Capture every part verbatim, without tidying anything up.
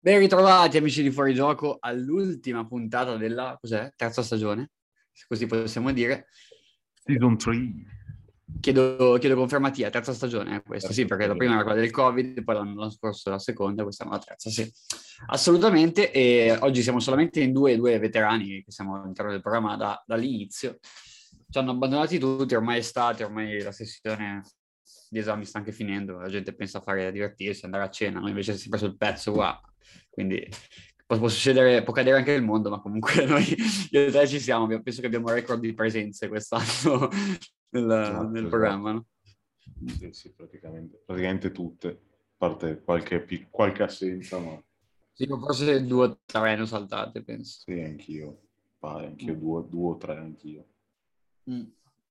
Ben ritrovati amici di Fuorigioco all'ultima puntata della, cos'è? Terza stagione, se così possiamo dire. Season tre. Chiedo, chiedo confermativa, terza stagione, eh, questo Terza sì, perché la stagione. prima era quella del Covid, poi l'anno, l'anno scorso la seconda, questa è la terza, sì. Assolutamente, e oggi siamo solamente in due, due veterani che siamo all'interno del programma da, dall'inizio. Ci hanno abbandonati tutti, ormai è estate, ormai la sessione di esami sta anche finendo, la gente pensa a fare a divertirsi, andare a cena, noi invece siamo sempre sul pezzo qua, quindi può, può succedere, può cadere anche il mondo, ma comunque noi io e te ci siamo, penso che abbiamo un record di presenze quest'anno nel, Esatto, nel esatto. programma, no? Sì, sì, praticamente, praticamente tutte, a parte qualche, pic- qualche assenza, ma Sì, ma forse due o tre ne ho saltate, penso. sì, anch'io, pare, anch'io Mm. due, due o tre, anch'io. Mm.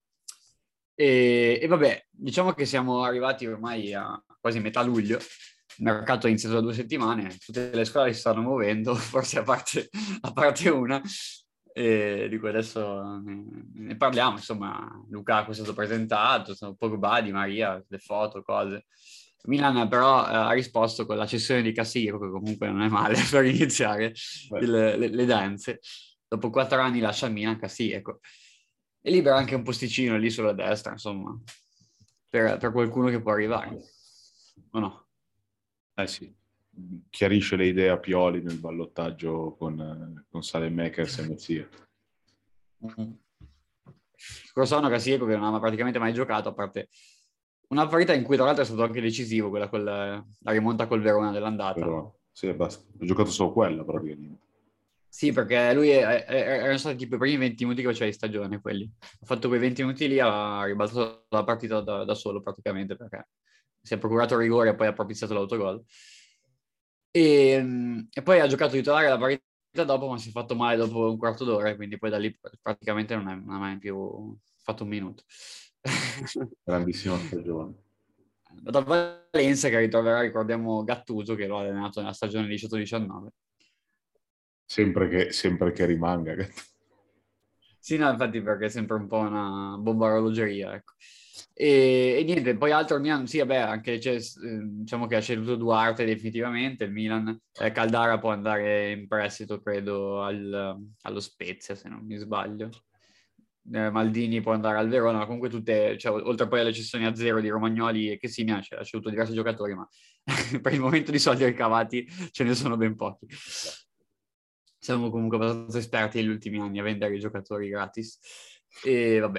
E, e vabbè, diciamo che siamo arrivati ormai a quasi metà luglio, il mercato è iniziato da due settimane, tutte le scuole si stanno muovendo, forse a parte, a parte una, e di cui adesso ne, ne parliamo, insomma, Lukaku è stato presentato, sono Pogba, Di Maria, le foto, cose. Milan però eh, ha risposto con la cessione di Cassiro, che comunque non è male per iniziare Beh, il- le, le danze. Dopo quattro anni lascia il Milan Cassiro, ecco. E libera anche un posticino lì sulla destra, insomma, per, per qualcuno che può arrivare. O no? eh sì, chiarisce le idee a Pioli nel ballottaggio con, eh, con Saelemaekers e Mezia. Mm. Scorso anno Cassieco che non aveva praticamente mai giocato, a parte una partita in cui tra l'altro è stato anche decisivo, quella con la, la rimonta col Verona dell'andata. Però, sì, basta. Ho giocato solo quella, praticamente. Sì, perché lui è- è- erano stati tipo i primi venti minuti che faceva di stagione quelli. Ha fatto quei venti minuti lì, ha ribaltato la partita da, da solo praticamente perché si è procurato il rigore e poi ha propiziato l'autogol. E, e poi ha giocato titolare la partita dopo, ma si è fatto male dopo un quarto d'ora, quindi poi da lì praticamente non, è, non ha mai più fatto un minuto. Grandissima stagione. Da Valencia che ritroverà, ricordiamo, Gattuso che lo ha allenato nella stagione diciotto diciannove. Sempre che, sempre che rimanga. Sì, no, infatti perché è sempre un po' una bomba a orologeria, ecco. E, e niente, poi altro il Milan, sì, vabbè, anche c'è, eh, diciamo che ha ceduto Duarte definitivamente, il Milan, eh, Caldara può andare in prestito, credo, al- allo Spezia, se non mi sbaglio. Eh, Maldini può andare al Verona, ma comunque tutte, cioè, oltre poi alle cessioni a zero di Romagnoli e Chessini, ha ha ceduto diversi giocatori, ma per il momento di soldi ricavati ce ne sono ben pochi. Siamo comunque abbastanza esperti negli ultimi anni a vendere i giocatori gratis. E vabbè.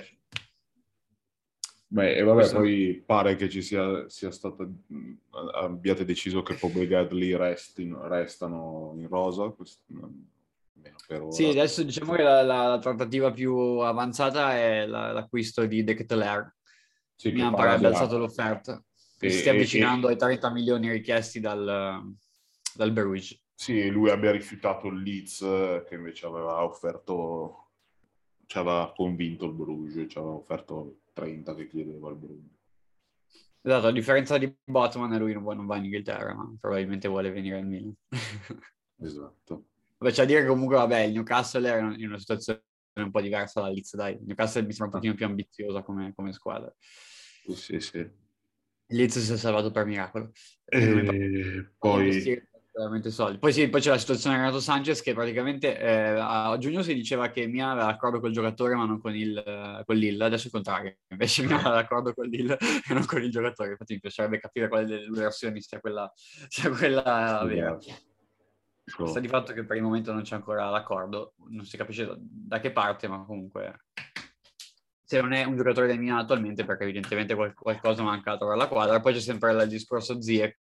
Beh, e vabbè, Questo... poi pare che ci sia, sia stata, mh, abbiate deciso che Pogba e Gadley restino, restano in rosa, questo, almeno per Sì, ora. adesso diciamo che la, la- la trattativa più avanzata è la- l'acquisto di De Ketelaere. Sì, che Milan pare avrebbe abbia... alzato l'offerta E, e si stia e- avvicinando e- ai trenta milioni richiesti dal, dal Bruges. sì, lui abbia rifiutato il Leeds, eh, che invece aveva offerto, ci aveva convinto il Bruges, ci aveva offerto trenta che chiedeva il Bruges. Esatto, a differenza di Botman, lui non va, non va in Inghilterra, ma probabilmente vuole venire al Milan. Esatto. Vabbè, c'è da dire che comunque, vabbè, il Newcastle era in una situazione un po' diversa dal Leeds, dai. Il Newcastle mi sembra un Ah, pochino più ambiziosa come, come squadra. sì, sì, sì. Il Leeds si è salvato per miracolo. E non mi pare E di poi... investire veramente soldi. Poi sì, poi c'è la situazione di Renato Sanchez che praticamente eh, a giugno si diceva che Milan aveva d'accordo col giocatore ma non con il eh, con Lille, adesso è il contrario. Invece Milan aveva d'accordo con Lille e non con il giocatore. Infatti mi piacerebbe capire quale delle due versioni sia quella, sia quella vera. Esatto. Sta di fatto che per il momento non c'è ancora l'accordo, non si capisce da, da che parte, ma comunque se non è un giocatore del Milan attualmente, perché evidentemente qual- qualcosa manca a trovare la quadra. Poi c'è sempre il discorso Ziyech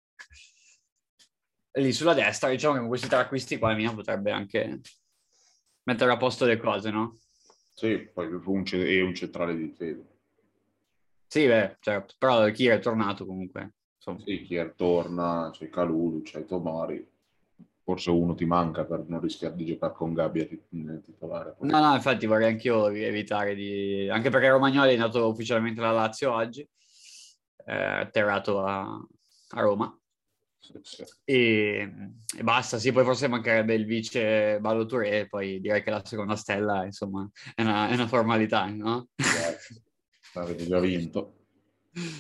lì sulla destra, diciamo che con questi tre acquisti qua il Milan potrebbe anche mettere a posto le cose, no? Sì, poi un, ce- e un centrale di difesa. Sì, beh, certo, però chi è tornato comunque, insomma. Sì, Kier torna, c'è Calulu, c'è Tomari. Forse uno ti manca per non rischiare di giocare con Gabbia tit- titolare. Poi. No, no, infatti vorrei anch'io evitare di... Anche perché Romagnoli è andato ufficialmente alla Lazio oggi, è atterrato a, a Roma. Sì, sì. E, e basta, sì, poi forse mancherebbe il vice Ballo Touré, poi direi che la seconda stella, insomma, è una, è una formalità, no? Esatto. Avete già vinto.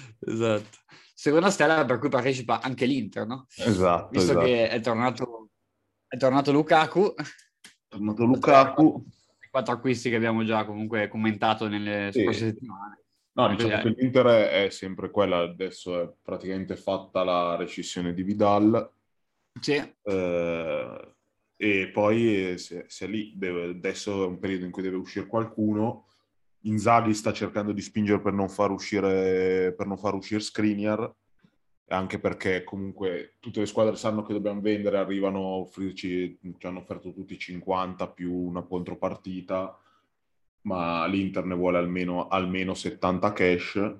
Esatto. Seconda stella per cui partecipa anche l'Inter, no? Esatto, Visto esatto. che è tornato È tornato Lukaku. È tornato Lukaku. I quattro acquisti che abbiamo già comunque commentato nelle Sì. scorse settimane. No, diciamo che l'Inter è sempre quella, adesso è praticamente fatta la rescissione di Vidal. Sì. Eh, e poi se, se lì deve, adesso è un periodo in cui deve uscire qualcuno. Inzaghi sta cercando di spingere per non far uscire per non far uscire Skriniar, anche perché comunque tutte le squadre sanno che dobbiamo vendere, arrivano a offrirci, ci hanno offerto tutti cinquanta più una contropartita, ma l'Inter ne vuole almeno, almeno settanta cash,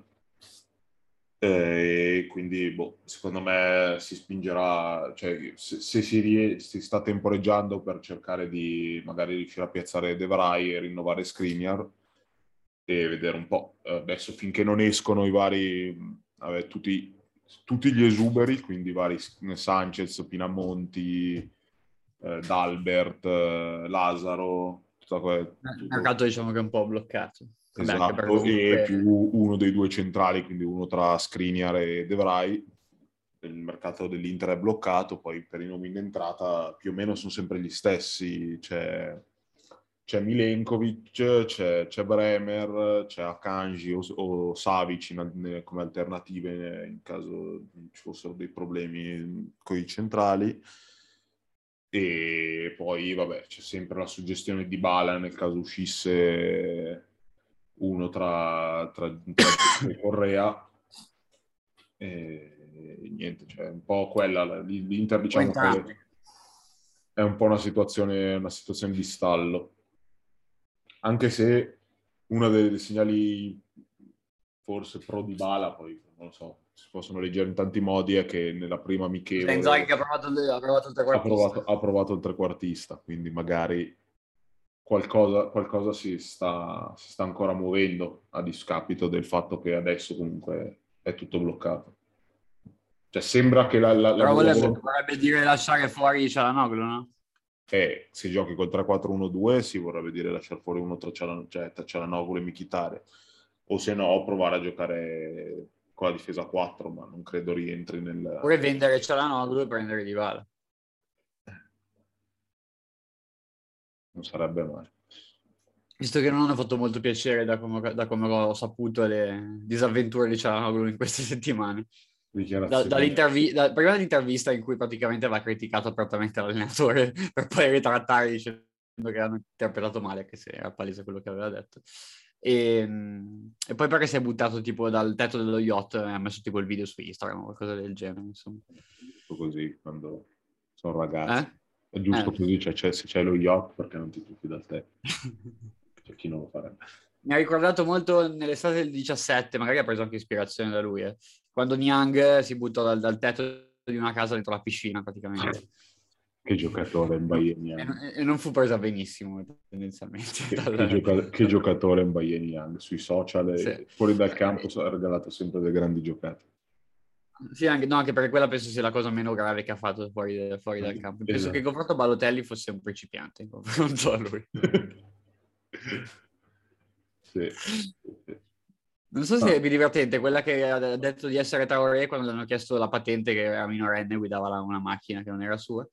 e quindi boh, secondo me si spingerà, cioè se, se si, rie- si sta temporeggiando per cercare di magari riuscire a piazzare De Vrij e rinnovare Skriniar e vedere un po'. Adesso finché non escono i vari, vabbè, tutti, tutti gli esuberi, quindi i vari Sanchez, Pinamonti, eh, D'Albert, eh, Lazaro, tutta que- Il mercato diciamo che è un po' bloccato. Vabbè, anche perché esatto, e comunque... più uno dei due centrali, quindi uno tra Skriniar e De Vrij. Il mercato dell'Inter è bloccato, poi per i nomi in entrata più o meno sono sempre gli stessi, c'è, c'è Milenkovic, c'è, c'è Bremer, c'è Akanji o, o Savic in, come alternative in caso ci fossero dei problemi con i centrali. E poi vabbè c'è sempre la suggestione di Dybala nel caso uscisse uno tra, tra, tra e Correa. E niente, cioè un po' quella, l'Inter diciamo che è un po' una situazione, una situazione di stallo, anche se uno dei, dei segnali forse pro Dybala, poi non lo so, si possono leggere in tanti modi, è che nella prima amichevole Inzaghi ha provato, ha provato il trequartista. Ha provato, ha provato il trequartista, quindi magari qualcosa, qualcosa si, sta, si sta ancora muovendo a discapito del fatto che adesso comunque è tutto bloccato. Cioè sembra che la, la, Però la vorrebbe, volontà... vorrebbe dire lasciare fuori Cialanoglu, no? Eh, se giochi col tre quattro uno due si vorrebbe dire lasciare fuori uno tra Cialan- cioè, tra Cialanoglu e Mkhitaryan, o se no provare a giocare con la difesa a quattro, ma non credo rientri nel... Oppure vendere Cialanoglu e prendere Dybala. Non sarebbe male. Visto che non hanno fatto molto piacere da come, da come ho saputo le disavventure di Cialanoglu in queste settimane. Da, dall'intervi- da, prima dell'intervista in cui praticamente aveva criticato apertamente l'allenatore per poi ritrattare dicendo che hanno interpretato male, che se era palese quello che aveva detto. E, e poi perché si è buttato tipo dal tetto dello yacht e ha messo tipo il video su Instagram o qualcosa del genere, insomma. Così quando sono ragazzi. Eh? È giusto Eh. così, cioè, cioè, se c'è lo yacht perché non ti tuffi dal tetto. C'è chi non lo farebbe. Mi ha ricordato molto nell'estate del diciassette, magari ha preso anche ispirazione da lui, eh. Quando Niang si buttò dal, dal tetto di una casa dentro la piscina praticamente. Che giocatore Mbaye Niang. E, e non fu presa benissimo tendenzialmente. Che, dal... che, gioca- che giocatore Mbaye Niang. Sui social Sì. e fuori dal campo ha regalato sempre delle grandi giocate. Sì, anche, no, anche perché quella penso sia la cosa meno grave che ha fatto fuori, fuori dal campo. Penso Esatto. che il confronto Balotelli fosse un principiante in confronto a lui. Sì. Non so se è più divertente quella che ha detto di essere Traoré quando gli hanno chiesto la patente, che era minorenne e guidava una macchina che non era sua.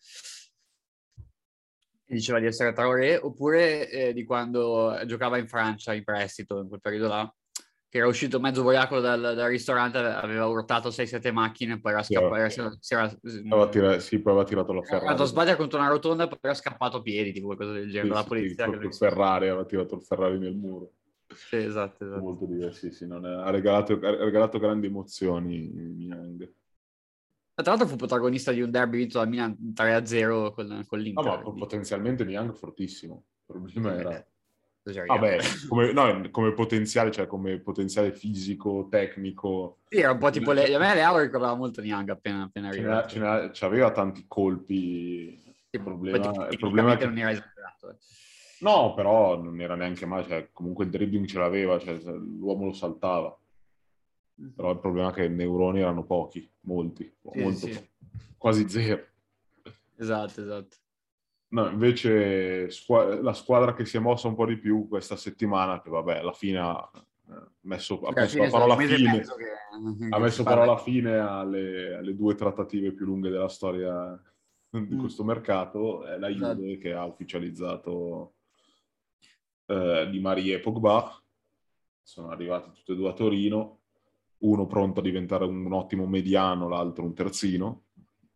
E diceva di essere Traoré, oppure eh, di quando giocava in Francia in prestito in quel periodo là, che era uscito mezzo ubriaco dal, dal ristorante, aveva urtato sei sette macchine, poi era scappato. Sì, Era, si era, tira- sì, poi aveva tirato la era andato a Ferrari. sbattere contro una rotonda e poi era scappato a piedi, tipo qualcosa del genere, Sì, la sì, polizia. sì, Che il Ferrari, aveva tirato il Ferrari nel muro. Sì, esatto, esatto. Molto diverso, sì, sì, non è... ha, regalato, ha regalato grandi emozioni Niang. Tra l'altro fu protagonista di un derby vinto dal Milan tre a zero con, con l'Inter. No, ma potenzialmente Niang fortissimo. Il problema era... Esageriamo. Vabbè, come, no, come potenziale, cioè come potenziale fisico, tecnico. Sì, era un po' tipo le... A me Leao ricordava molto Niang appena, appena arrivato. Ce n'era, c'aveva tanti colpi. Sì, il problema, poi il problema è che... non era esagerato. Eh. No, però non era neanche male, cioè, comunque il dribbling ce l'aveva, cioè, l'uomo lo saltava. Però il problema è che i neuroni erano pochi, molti, Sì, molto, sì. quasi zero. Esatto, esatto. No, invece squ- la squadra che si è mossa un po' di più questa settimana, che vabbè, alla fine ha messo, ha messo la parola fine, che, ha che messo parola fine alle, alle due trattative più lunghe della storia di questo mercato è la Juve, esatto, che ha ufficializzato eh, Di Maria e Pogba. Sono arrivati tutti e due a Torino, uno pronto a diventare un, un ottimo mediano, l'altro un terzino.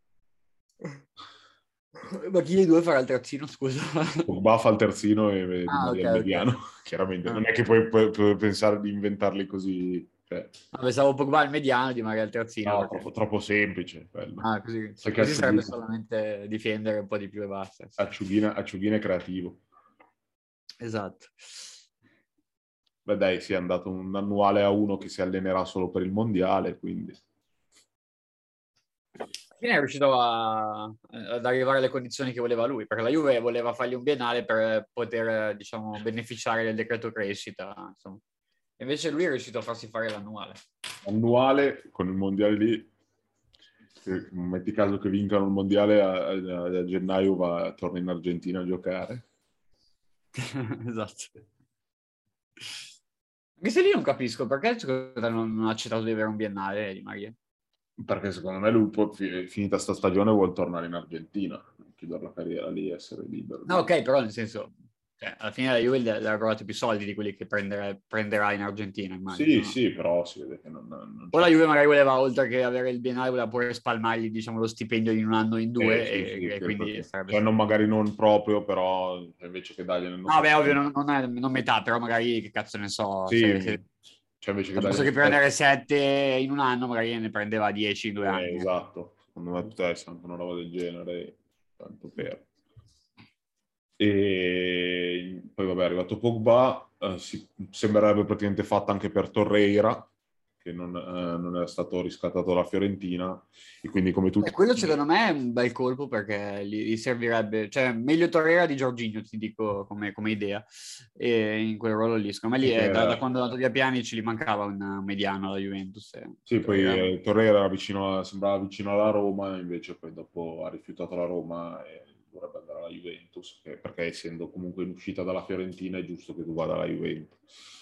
Ma chi dei due farà il terzino, scusa? Pogba fa il terzino e, e Di Ah, Maria ok, il ok. mediano. Chiaramente Ah. non è che puoi, puoi, puoi pensare di inventarli così. Cioè. Ah, pensavo Pogba il mediano, Di Maria il terzino. No, Perché... troppo, troppo semplice quello. Ah, così, Perché così sarebbe Acciughina, solamente difendere un po' di più e basta. Acciughina, Acciughina è creativo. Esatto. Beh dai, si è andato un annuale a uno che si allenerà solo per il mondiale, quindi... Fine è riuscito a, ad arrivare alle condizioni che voleva lui, perché la Juve voleva fargli un biennale per poter, diciamo, beneficiare del decreto crescita, insomma. Invece lui è riuscito a farsi fare l'annuale. Annuale, con il mondiale lì, metti caso che vincano il mondiale, a, a, a gennaio va, torna in Argentina a giocare. Esatto. Anche se lì non capisco, perché non ha accettato di avere un biennale Di Maria? Perché secondo me lui, può, finita sta stagione, vuole tornare in Argentina, chiudere la carriera lì, essere libero. No, ok, però nel senso, cioè, alla fine la Juve gli ha trovato più soldi di quelli che prendere, prenderà in Argentina, immagino. Sì, sì, però si vede che non, non O la Juve magari voleva, oltre che avere il biennale, voleva pure spalmargli, diciamo, lo stipendio in un anno in Eh, due, sì, e, sì, e quindi perché... sarebbe cioè, stato... non, magari non proprio, però invece che dargliene... Non No, so, beh, ovvio, non, non, è, non metà, però magari, che cazzo ne so, se, sì, se, cioè invece che al posto dargliene... che prendere sette in un anno, magari ne prendeva dieci in due Eh, anni. esatto, secondo me poteva essere anche una roba del genere, tanto per... E poi vabbè, è arrivato Pogba, eh, si, sembrerebbe praticamente fatta anche per Torreira, che non, eh, non era stato riscattato dalla Fiorentina, e quindi come E tutti... quello secondo me è un bel colpo, perché gli, gli servirebbe, cioè meglio Torreira di Jorginho, ti dico come, come idea, e in quel ruolo lì. Secondo me lì, è, da, da quando è andato via Pjanic gli mancava un mediano alla Juventus. E Sì, Torreira... poi eh, Torreira era vicino a- sembrava vicino alla Roma, invece poi dopo ha rifiutato la Roma e dovrebbe andare alla Juventus, che- perché essendo comunque in uscita dalla Fiorentina è giusto che tu vada alla Juventus.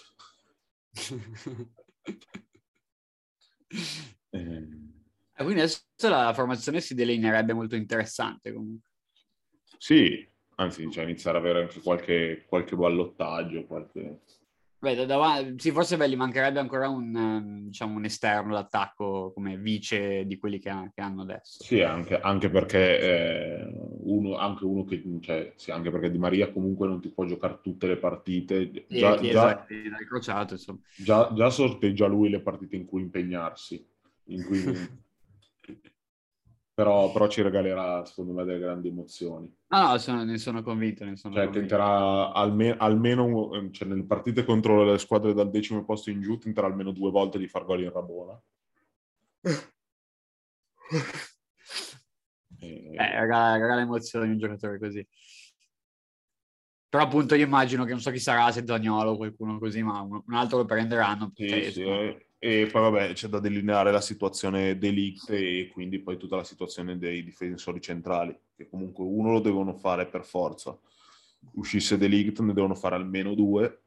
eh, E quindi adesso la formazione si delineerebbe molto interessante comunque. sì, anzi, cioè, iniziare ad avere anche qualche, qualche ballottaggio, qualche... Beh, da davanti, sì, forse beh, gli mancherebbe ancora un, ehm, diciamo, un esterno d'attacco come vice di quelli che, ha- che hanno adesso. Sì, anche, anche perché eh, uno, anche uno che, cioè, sì, anche perché Di Maria comunque non ti può giocare tutte le partite. Sì, e Già, Chiesa già, è dal crociato, insomma. già, già sorteggia lui le partite in cui impegnarsi, in cui, però, però ci regalerà, secondo me, delle grandi emozioni. No, no, sono- ne sono convinto, ne sono Cioè, convinto. tenterà alme- almeno, cioè, nelle partite contro le squadre dal decimo posto in giù, tenterà almeno due volte di far gol in Rabona. E... Eh, regala, regala emozioni un giocatore così. Però appunto io immagino che non so chi sarà, se Zaniolo o qualcuno così, ma un, un altro lo prenderanno. Sì, Cioè, sì, sono... eh. E poi vabbè c'è da delineare la situazione dell'I C T e quindi poi tutta la situazione dei difensori centrali, che comunque uno lo devono fare per forza. Uscisse dell'I C T ne devono fare almeno due.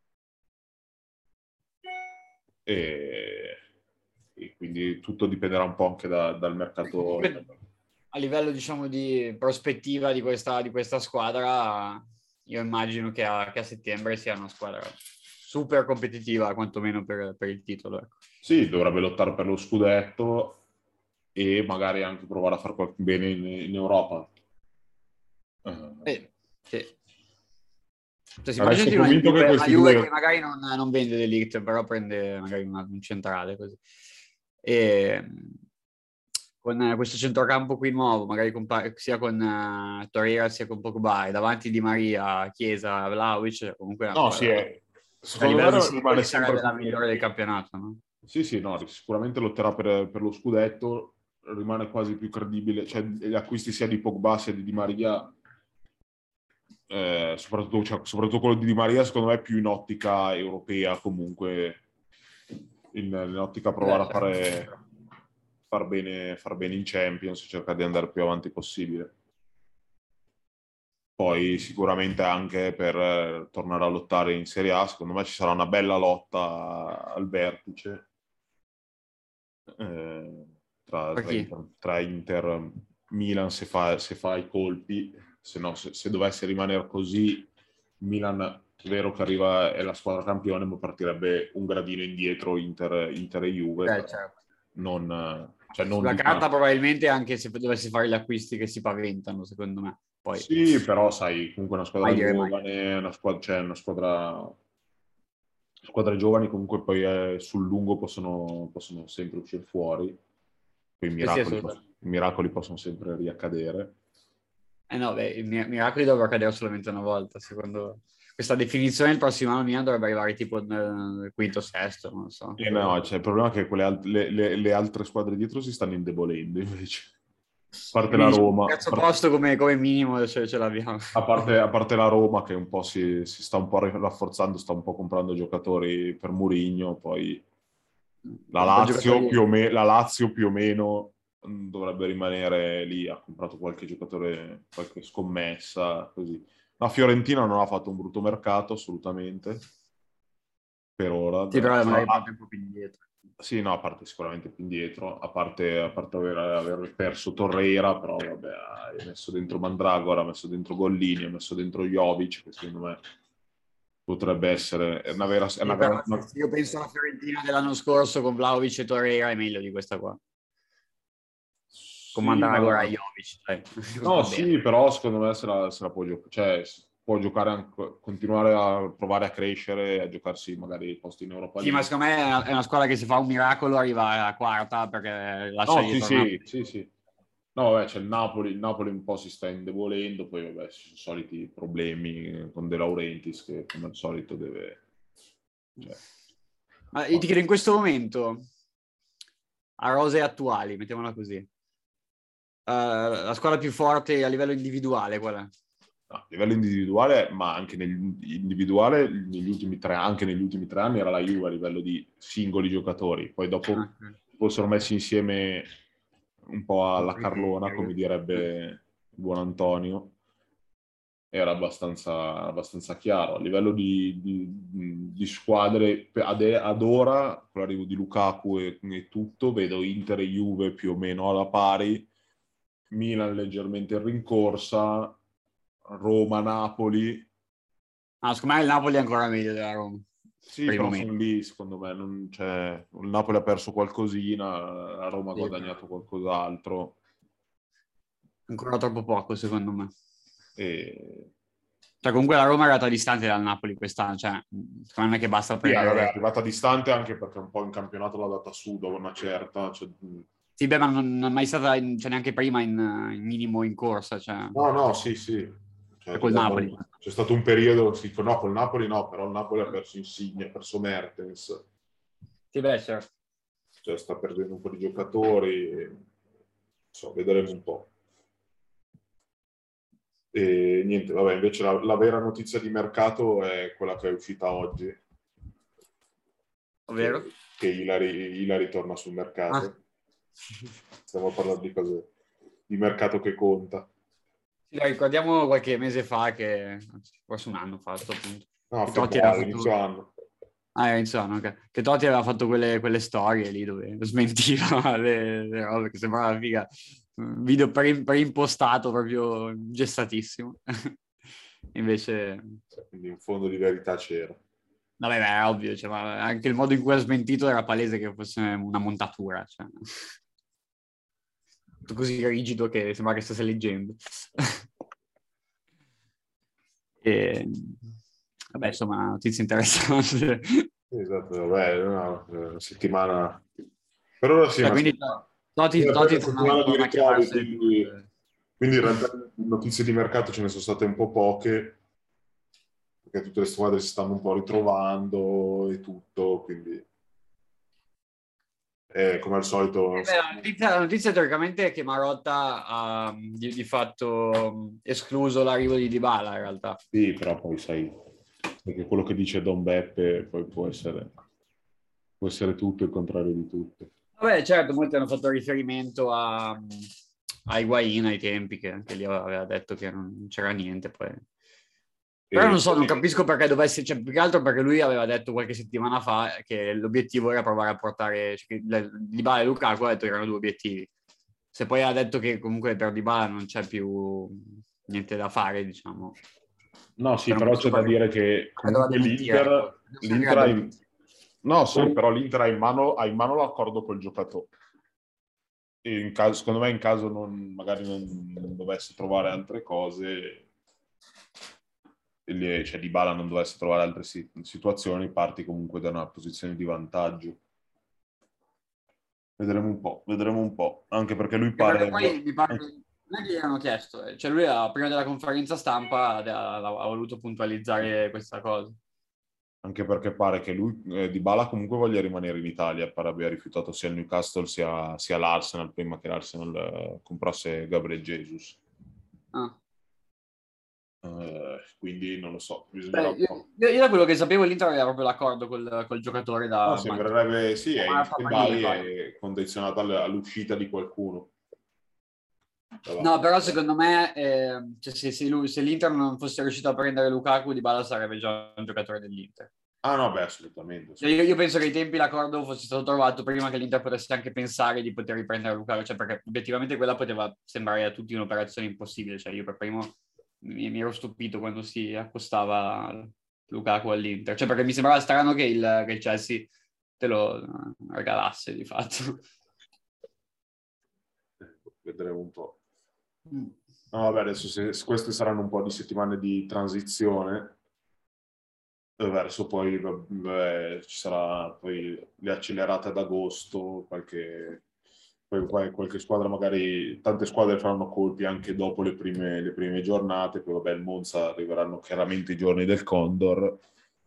E, e quindi tutto dipenderà un po' anche da, dal mercato. A livello, diciamo, di prospettiva di questa, di questa squadra, io immagino che a, che a settembre sia una squadra super competitiva, quantomeno per, per il titolo. Ecco. Sì, dovrebbe lottare per lo scudetto e magari anche provare a fare qualche bene in, in Europa. Uh, Eh, sì. Cioè, si resto immaginati una convinto che Juve, una questi Juve che due... magari non, non vende l'Elite, però prende magari una, un centrale così. E con questo centrocampo qui nuovo, magari con, sia con uh, Torreira sia con Pogba, e davanti Di Maria, Chiesa, Vlahovic, comunque è una No, sì, squadra è... a secondo livello di me rimane singoli sempre sarebbe la comunque... migliore del campionato, no? Sì, sì, no, sicuramente lotterà per, per lo scudetto, rimane quasi più credibile, cioè gli acquisti sia di Pogba sia di Di Maria, eh, soprattutto, cioè, soprattutto quello di Di Maria secondo me è più in ottica europea comunque, in, in ottica provare a fare far bene, far bene in Champions e cercare di andare il più avanti possibile. Poi sicuramente anche per eh, tornare a lottare in Serie A, secondo me ci sarà una bella lotta al vertice. Eh, tra, Per tra, chi? Inter, tra Inter Milan se fa, se fa i colpi, se no, se, se dovesse rimanere così, Milan, vero che arriva, è la squadra campione, ma partirebbe un gradino indietro Inter, Inter e Juve. Eh, certo. Non, cioè non Sulla di carta tanto. probabilmente anche se dovessi fare gli acquisti che si paventano, secondo me. Poi, Sì, però sai, comunque una squadra mai dire mai. giovane, una squadra, cioè una squadra, squadre giovani comunque poi eh, sul lungo possono, possono sempre uscire fuori, poi i Sì, sì, miracoli, assolutamente. pos- i miracoli possono sempre riaccadere. Eh no, beh, i mi- miracoli dovrebbero cadere solamente una volta, secondo questa definizione. Il prossimo anno Milan dovrebbe arrivare tipo nel quinto, sesto, non lo so. E no, cioè, il problema è che quelle al- le, le- le altre squadre dietro si stanno indebolendo invece. A parte la Quindi diciamo, il Roma, a terzo parte, posto come, come minimo ce, ce l'abbiamo. a parte- a parte la Roma che un po' si, si sta un po' rafforzando, sta un po' comprando giocatori per Mourinho, poi la Per Lazio giocatori. più o, me- la Lazio più o meno mh, dovrebbe rimanere lì, ha comprato qualche giocatore, qualche scommessa, così. La Fiorentina non ha fatto un brutto mercato, assolutamente, per ora. Sì, però Ah, magari ah, proprio un po' più indietro. sì, no, a parte sicuramente più indietro, a parte, a parte aver, aver perso Torreira, però vabbè, hai messo dentro Mandragora, ha messo dentro Gollini, ha messo dentro Jovic, che secondo me potrebbe essere è una vera... È Sì, una però vera una- se io penso alla Fiorentina dell'anno scorso con Vlahovic e Torreira è meglio di questa qua. Con Sì, Mandragora ma... e Jovic, dai. No, Va bene. sì, però secondo me se la, se la può giocare, cioè può giocare, anche, continuare a provare a crescere, a giocarsi magari i posti in Europa Sì, ma League. secondo me è una, è una squadra che se fa un miracolo arriva alla quarta perché lascia No, sì, dietro una... sì, sì, sì. No, vabbè, c'è il Napoli, il Napoli un po' si sta indebolendo, poi vabbè, ci sono soliti problemi con De Laurentiis che come al solito deve... Cioè, Ma io ti chiedo in questo momento, a rose attuali, mettiamola così, uh, la squadra più forte a livello individuale qual è? no, a livello individuale, ma anche negli, individuale, negli ultimi tre, anche negli ultimi tre anni era la Juve a livello di singoli giocatori. Poi dopo Okay. fossero messi insieme un po' alla Carlona, come Criterio. direbbe buon Antonio, era abbastanza, abbastanza chiaro. A livello di, di, di squadre, ad, ad ora, con l'arrivo di Lukaku e, e tutto, vedo Inter e Juve più o meno alla pari, Milan leggermente in rincorsa, Roma, Napoli. Ah, secondo me il Napoli è ancora meglio della Roma, Sì, per il però momento. sono lì, secondo me. Non, cioè, il Napoli ha perso qualcosina, la Roma ha Sì, guadagnato qualcos'altro. ancora troppo poco, secondo me. E... Cioè, comunque la Roma è arrivata distante dal Napoli quest'anno, cioè, secondo me che basta Sì, vabbè, è prendere... arrivata distante anche perché un po' in campionato l'ha data su dopo una certa. Cioè... Sì, beh, ma non, non è mai stata, in, cioè, neanche prima in, in minimo in corsa, cioè, No, no, sì, sì. Cioè, cioè c'è col stato, Napoli. c'è stato un periodo, sì, no, col Napoli no, però il Napoli ha perso Insigne, ha perso Mertens, Sì, beh, certo. cioè sta perdendo un po' di giocatori, e, so, vedremo un po'. E niente, vabbè, invece la, la vera notizia di mercato è quella che è uscita oggi, Ovvero? che, che Ilari, Ilari torna sul Ah. mercato. Stiamo parlando di cose di mercato che conta. Sì, la ricordiamo qualche mese fa, che forse un anno fa, a sto punto. No, Che Totti aveva febbraio, fatto... inizio anno. Ah, eh, insomma, ok. Che Totti aveva fatto quelle, quelle storie lì dove smentiva le, le robe, che sembrava figa. Un video pre- preimpostato, proprio gestatissimo. Invece, Quindi un fondo di verità c'era. vabbè, beh, è ovvio, cioè, ma anche il modo in cui ha smentito era palese che fosse una montatura. Cioè. Tutto così rigido che sembra che stesse leggendo. E, vabbè, insomma, una notizia interessante. Esatto, vabbè, no, una settimana... Per ora sì, Cioè, una quindi settimana. Totti, Una Totti bella torna, settimana di torna a ritrovi, chiamarsi. quindi, quindi in realtà notizie di mercato ce ne sono state un po' poche, perché tutte le squadre si stanno un po' ritrovando e tutto, quindi eh, come al solito... Eh beh, la, notizia, la notizia teoricamente è che Marotta ha di, di fatto um, escluso l'arrivo di Dybala in realtà. Sì, però poi sai, perché quello che dice Don Beppe poi può essere, può essere tutto il contrario di tutto. Vabbè, certo, molti hanno fatto riferimento a, a Higuain ai tempi, che anche lì aveva detto che non c'era niente. Poi. Però E, non so, non capisco perché dovesse, cioè più che altro perché lui aveva detto qualche settimana fa che l'obiettivo era provare a portare, cioè che Dybala e Lukaku ha detto che erano due obiettivi. se poi ha detto che comunque per Dybala non c'è più niente da fare, diciamo. No, sì, Cioè, non però posso c'è da fare- dire che credo vada comunque a mentire, ecco. l'Inter, Adesso l'Inter ha sarebbe- in... No, sì, però l'Inter ha in mano, ha in mano l'accordo col giocatore. E in caso, secondo me in caso non, magari non, non dovesse trovare altre cose, e li- cioè Dybala non dovesse trovare altre si- situazioni, parti comunque da una posizione di vantaggio. Vedremo un po', vedremo un po', anche perché lui Anche perché pare... poi mi pare che non è che gli hanno chiesto, eh. Cioè lui a- prima della conferenza stampa ha, ha- ha voluto puntualizzare questa cosa. Anche perché pare che lui, eh, Dybala comunque voglia rimanere in Italia, pare abbia rifiutato sia il Newcastle sia, sia l'Arsenal prima che l'Arsenal eh, comprasse Gabriel Jesus. Ah. Eh, quindi non lo so, Beh, bisognerà un io, po'. io- io da quello che sapevo l'Inter aveva proprio l'accordo col, col giocatore No, da ma- sembrerebbe sì, è in marzo, aprile, mi stand-by pare. e condizionato all- all'uscita di qualcuno. No, però secondo me eh, cioè, se, se lui- se l'Inter non fosse riuscito a prendere Lukaku, Dybala sarebbe già un giocatore dell'Inter. Ah no, beh, assolutamente. Cioè, io, io penso che ai tempi l'accordo fosse stato trovato prima che l'Inter potesse anche pensare di poter riprendere Lukaku, cioè perché obiettivamente quella poteva sembrare a tutti un'operazione impossibile. Cioè, io per primo mi, mi ero stupito quando si accostava Lukaku all'Inter, cioè perché mi sembrava strano che il, che il Chelsea te lo eh, regalasse di fatto. Vedremo un po'. Mm. No, vabbè, adesso se, se queste saranno un po' di settimane di transizione, eh, verso poi vabbè, ci sarà poi le accelerate ad agosto, qualche, poi qual- qualche squadra magari, tante squadre faranno colpi anche dopo le prime, le prime giornate, poi vabbè il Monza arriveranno chiaramente i giorni del Condor.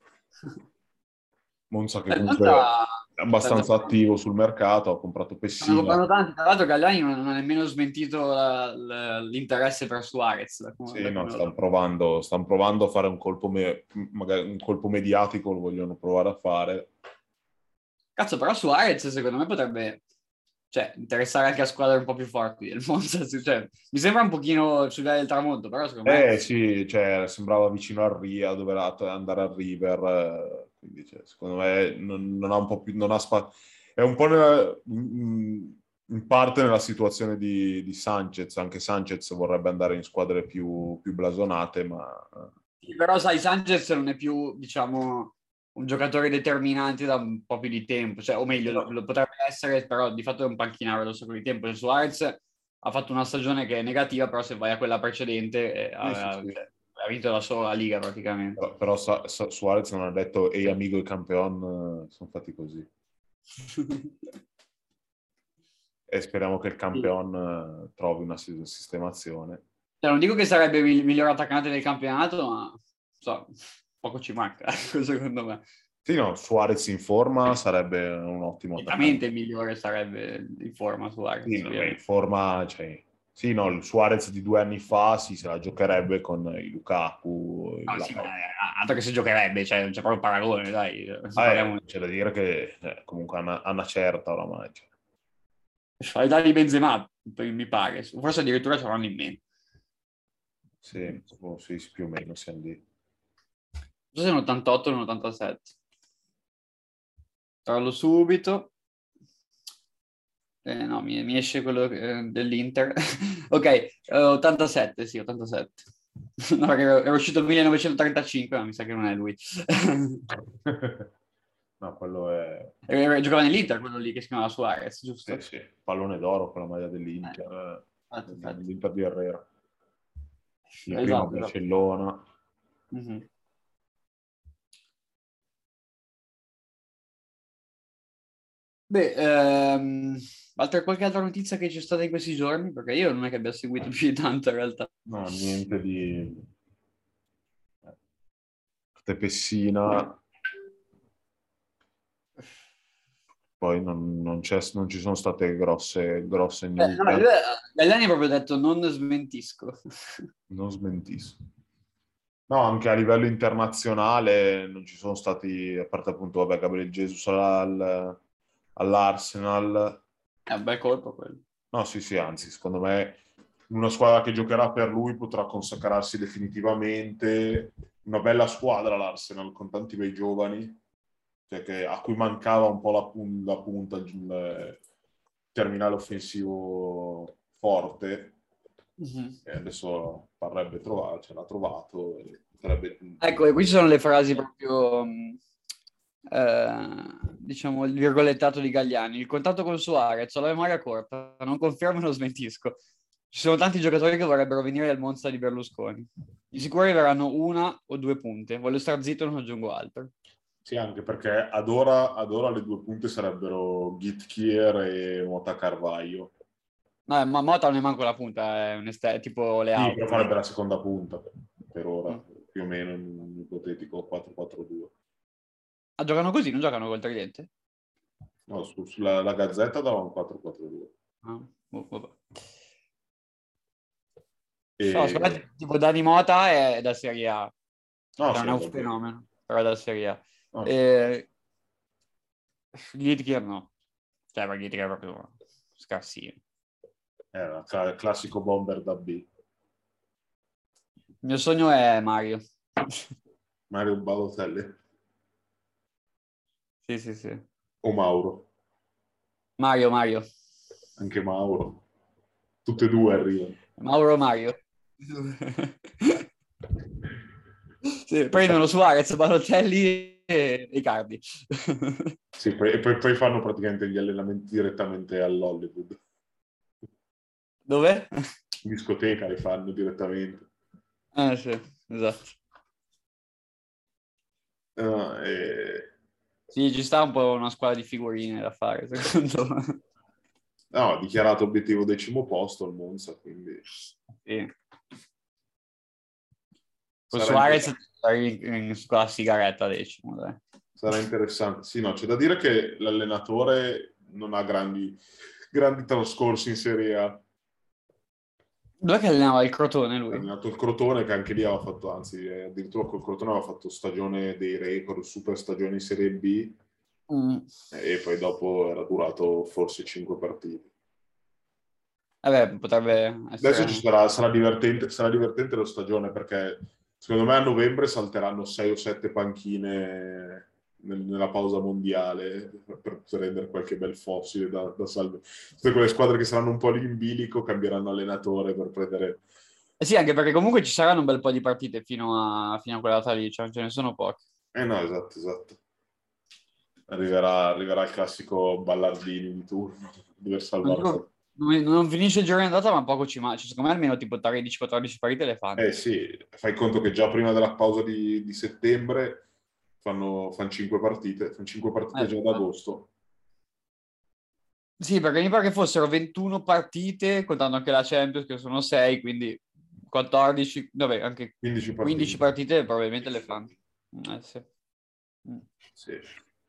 Monza che Beh, il comunque Monza è sta, sta abbastanza attivo sul mercato, ha comprato stanno Pessina. comprando tanti. Tra l'altro Galliani non, non ha nemmeno smentito la- la- l'interesse per Suarez. Da come, Sì, da no, come lo stanno so. provando, stanno provando a fare un colpo, me- magari un colpo mediatico, lo vogliono provare a fare. Cazzo, però Suarez secondo me potrebbe cioè, interessare anche a squadre un po' più forti del Monza. Cioè, mi sembra un pochino sulla del tramonto, però secondo me... Eh sì, cioè, sembrava vicino al Ria, doveva andare al River, eh, quindi cioè, secondo me non, non ha un po' più, non ha spazio. È un po' nella- in, in parte nella situazione di, di Sanchez, anche Sanchez vorrebbe andare in squadre più, più blasonate, ma... Però sai, Sanchez non è più, diciamo, un giocatore determinante da un po' più di tempo. Cioè, o meglio, lo, lo potrebbe essere, però di fatto è un panchinaro da un sacco di tempo. Cioè, Suarez ha fatto una stagione che è negativa, però se vai a quella precedente eh, Sì, sì, ha, sì. cioè, ha vinto da sola la Liga praticamente. Però, però Sa- Sa- Suarez non ha detto ehi amico il campeon, eh, sono fatti così. E speriamo che il Sì. campeon eh, trovi una si- sistemazione. Cioè, non dico che sarebbe il miglior attaccante del campionato, ma so, poco ci manca, ecco, secondo me. Sì, no, Suarez in forma sarebbe un ottimo attaccante. Nettamente il migliore sarebbe in forma Sì, Suarez, no, beh, in ovviamente. forma, cioè, sì, no, il Suarez di due anni fa sì, se la giocherebbe con i Lukaku. Il No, sì, ma Lau. eh, altro che si giocherebbe, cioè, non c'è proprio paragone, dai. Ah, Parliamo eh, c'è da dire che eh, comunque ha una, ha una certa oramai. Cioè. all'età di Benzema, mi pare. Forse addirittura ce l'hanno in meno. Sì, oh, sì, sì, più o meno siamo lì. Non so se è un ottantotto o un ottantasette. Trovo subito. Eh, no, mi, mi esce quello eh, dell'Inter. Ok, eh, ottantasette, sì, ottantasette. No, perché ero, ero uscito nel millenovecentotrentacinque, ma mi sa che non è lui. No, quello è... Eh, eh, Giocava nell'Inter, quello lì che si chiamava Suarez, Sì, giusto? sì, pallone d'oro con la maglia Eh, dell'Inter, infatti, eh, infatti. dell'Inter di Herrera. Il primo a Esatto, esatto. Barcellona. Mhm. Beh, ehm, altra, qualche altra notizia che c'è stata in questi giorni? Perché io non è che abbia seguito più di tanto in realtà. No, niente di... Tepessina. Poi non, non c'è- non ci sono state grosse, grosse Eh, news. no, lui, Galliani ha proprio detto non smentisco. Non smentisco. No, anche a livello internazionale non ci sono stati, a parte appunto, vabbè, Gabriel Jesus al- all'Arsenal. È un bel colpo quello. No, sì, sì, anzi, secondo me una squadra che giocherà per lui potrà consacrarsi definitivamente. Una bella squadra l'Arsenal, con tanti bei giovani, cioè che- a cui mancava un po' la, pun- la punta, il terminale offensivo forte, mm-hmm. e adesso parrebbe trovare, ce l'ha trovato. E potrebbe... Ecco, e qui ci sono le frasi proprio, eh, diciamo, il virgolettato di Galliani. Il contatto con Suarez, ho la memoria corta, non confermo e non smentisco. Ci sono tanti giocatori che vorrebbero venire al Monza di Berlusconi. Di sicuro arriveranno una o due punte. Voglio star zitto e non aggiungo altro. Sì, anche perché ad ora, ad ora le due punte sarebbero Gitkier e Mota Carvaio. No, ma Mota non è manco la punta, è, un est- è tipo le Sì, auto. però farebbe la seconda punta per, per ora, Mm. più o meno in un ipotetico quattro quattro due. Ah, giocano così, non giocano col tridente? No, su, sulla la Gazzetta dava un quattro quattro due. Ah, oh, vabbè. E... No, secondo me, tipo Dani Mota è da Serie A. No, Cioè, sì, non è un vabbè. fenomeno, però è da Serie A. No, sì. E... Gitkier no. Cioè, ma Gitkier è proprio scarsino. Era il classico bomber da B. Il mio sogno è Mario. Mario Balotelli. Sì, sì, sì. O Mauro. Mario, Mario. Anche Mauro. Tutte e due arrivano. Mauro Mario. Sì, prendono Suarez, Balotelli e Icardi. Sì, poi, e poi, poi fanno praticamente gli allenamenti direttamente all'Hollywood. Dove? In discoteca li fanno direttamente. Eh sì, esatto. Uh, e... Sì, ci sta un po' una squadra di figurine da fare, secondo me. No, ha dichiarato obiettivo decimo posto al Monza, quindi... Sì. Con Suarez in, in, con la sigaretta decimo, dai. Sarà interessante. Sì, no, c'è da dire che l'allenatore non ha grandi, grandi trascorsi in Serie A. Dov'è che allenava il Crotone lui? Ha allenato il Crotone, che anche lì aveva fatto, anzi, addirittura col Crotone aveva fatto stagione dei record, super stagione in Serie B, mm. e poi dopo era durato forse cinque partite. Vabbè, potrebbe essere... Adesso ci sarà, sarà divertente, sarà divertente la stagione, perché secondo me a novembre salteranno sei o sette panchine nella pausa mondiale per prendere qualche bel fossile da, da salve. Tutte quelle squadre che saranno un po' lì in bilico cambieranno allenatore per prendere... Eh sì, anche perché comunque ci saranno un bel po' di partite fino a, fino a quella data lì, cioè ce ne sono poche. Eh no, esatto, esatto. Arriverà, arriverà il classico Ballardini di turno, dover salvare. Non, non, non finisce il giorno di andata, ma poco ci manca. Cioè, secondo me almeno tipo tredici quattordici partite le fanno. Eh sì, fai conto che già prima della pausa di, di settembre fanno, fanno cinque partite, fanno cinque partite Eh, già ad agosto. Sì, perché mi pare che fossero ventuno partite, contando anche la Champions, che sono sei, quindi quattordici, vabbè, anche quindici partite, quindici partite probabilmente le fanno. Eh, sì. Mm. Sì.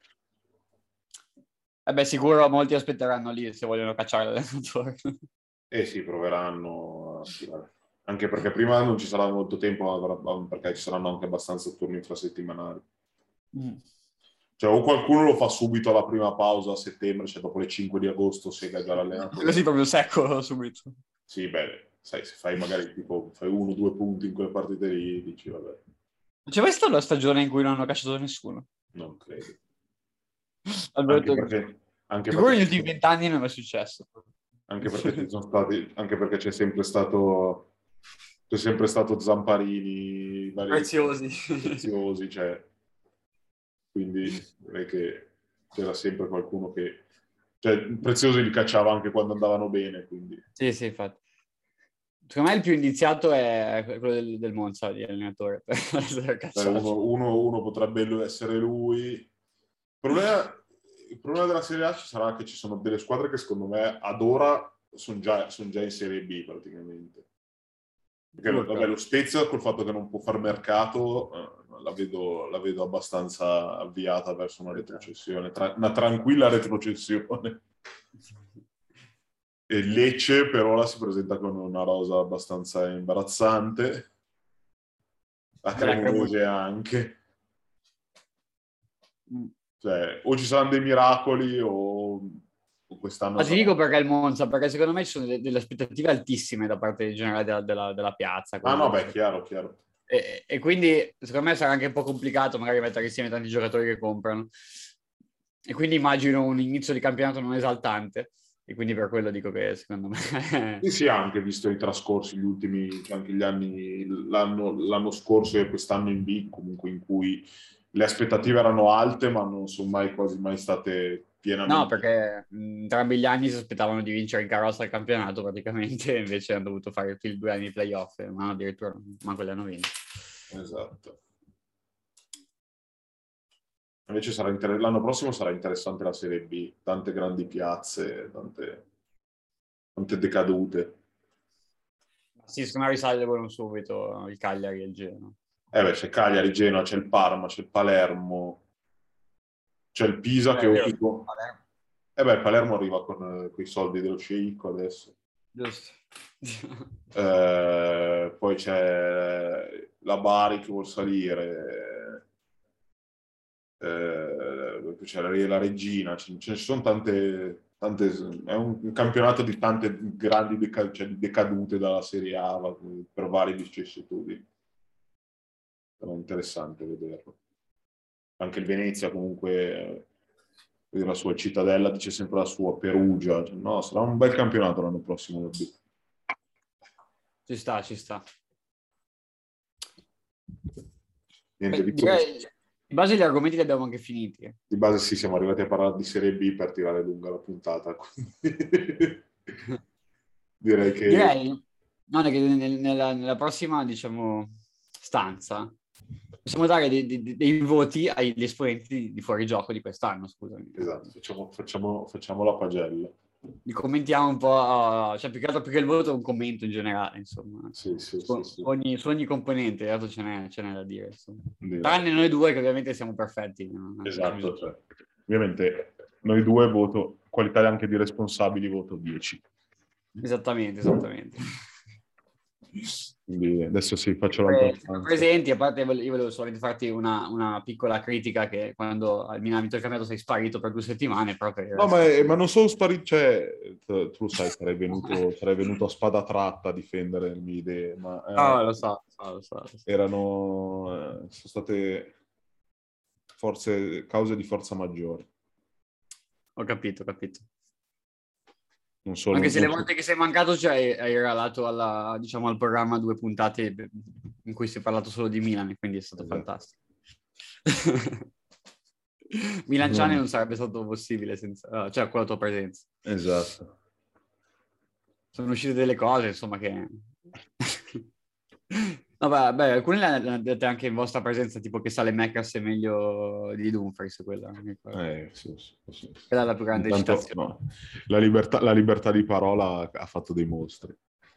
Eh beh, sicuro molti aspetteranno lì se vogliono cacciare l'allenatore. Eh sì, proveranno a tirare. Anche perché prima non ci sarà molto tempo, perché ci saranno anche abbastanza turni infrasettimanali. Mm. Cioè, o qualcuno lo fa subito alla prima pausa a settembre, cioè dopo le cinque di agosto sega già l'allenatore. Così proprio secco subito. Sì, beh, sai, se fai magari tipo, fai uno o due punti in quelle partite lì, dici vabbè. C'è mai stata una stagione in cui non hanno cacciato nessuno? Non credo. Alberto... Anche perché... Anche Sicuro perché negli ultimi vent'anni non è mai successo. Anche perché ci sono stati, anche perché c'è sempre stato, c'è sempre stato Zamparini, vari preziosi, preziosi, cioè, quindi direi che c'era sempre qualcuno che, cioè, preziosi li cacciava anche quando andavano bene, quindi. Sì, sì, infatti. Secondo me il più indiziato è quello del, del Monza, di allenatore. Per essere cacciato. Uno, uno, uno potrebbe essere lui. Il problema, il problema della Serie A ci sarà che ci sono delle squadre che secondo me ad ora sono già, sono già in Serie B praticamente. Perché vabbè, lo Spezia col fatto che non può far mercato eh, la, vedo, la vedo abbastanza avviata verso una retrocessione, tra, una tranquilla retrocessione. E Lecce per ora si presenta con una rosa abbastanza imbarazzante, la Cremonese anche. Cioè, o ci saranno dei miracoli o, o quest'anno... Ma ti dico perché il Monza, perché secondo me ci sono delle, delle aspettative altissime da parte generale della, della, della piazza. Ah no, beh, chiaro, chiaro. E, e quindi secondo me sarà anche un po' complicato magari mettere insieme tanti giocatori che comprano. E quindi immagino un inizio di campionato non esaltante. e quindi per quello dico che secondo me... Sì, sì, anche visto i trascorsi, gli ultimi, cioè anche gli anni, l'anno, l'anno scorso e quest'anno in B, comunque in cui le aspettative erano alte, ma non sono mai quasi mai state No, pienamente... perché mh, entrambi gli anni si aspettavano di vincere in carrozza il campionato praticamente, invece hanno dovuto fare il due anni di playoff, ma addirittura manco li hanno vinti. Esatto. Invece sarà inter- l'anno prossimo sarà interessante la Serie B, tante grandi piazze, tante, tante decadute. Sì, secondo me risalgono subito il Cagliari e il Genoa. Eh beh, c'è Cagliari, Genoa, c'è il Parma, c'è il Palermo, c'è il Pisa Eh, che è vero, occupa... Palermo. Eh beh, Palermo arriva con quei soldi dello sceicco adesso. Giusto. Eh, poi c'è la Bari che vuol salire, eh, c'è la, la Regina, ce ne sono tante, tante, è un, un campionato di tante grandi deca, cioè decadute dalla Serie A per vari vicissitudini. È interessante vederlo. Anche il Venezia comunque, eh, la sua cittadella dice sempre la sua, Perugia, cioè, no, sarà un bel campionato l'anno prossimo del B. Ci sta, ci sta. Niente, Beh, visto che direi, in base agli argomenti li abbiamo anche finiti. di base sì, siamo arrivati a parlare di Serie B per tirare lunga la puntata. Quindi... direi che... Direi, non è che nel- nella, nella prossima, diciamo, stanza possiamo dare dei, dei- dei voti agli esponenti di, di fuorigioco di quest'anno, scusami. Esatto, facciamo, facciamo, facciamo la pagella. Li commentiamo un po', cioè più che altro perché il voto è un commento in generale, insomma. Sì, sì, Su, sì, su sì. ogni, su ogni componente, in realtà ce n'è, ce n'è da dire, insomma. Direi. Tranne noi due che ovviamente siamo perfetti. No? Esatto, cioè, ovviamente noi due voto, qualità anche di responsabili, voto dieci. Esattamente, esattamente. Quindi adesso sì, faccio Sempre l'altra presenti, a parte io volevo solamente farti una, una piccola critica che quando al Milan ha vinto il campionato sei sparito per due settimane, però per il No, ma, resto- è- ma non sono sparito, cioè, tu tu lo sai, sarei venuto, sarei venuto a spada tratta a difendere le mie idee, ma No, eh, lo so, lo so, lo so, lo so. erano, eh, sono state forze, cause di forza maggiore. Ho capito, ho capito. Non solo, Anche se le non so- volte che sei mancato cioè, hai, hai regalato alla, diciamo, al programma due puntate in cui si è parlato solo di Milan, e quindi è stato Esatto. fantastico. Milanciani Non- non sarebbe stato possibile senza, cioè, con la tua presenza. Esatto. Sono uscite delle cose, insomma, che... No, beh, beh, alcune le hanno dette anche in vostra presenza, tipo che Sale Mecas è meglio di Dumfries, quella. Eh, sì, sì, sì. Quella è la più grande Intanto, citazione. no, la libertà, la libertà di parola ha fatto dei mostri.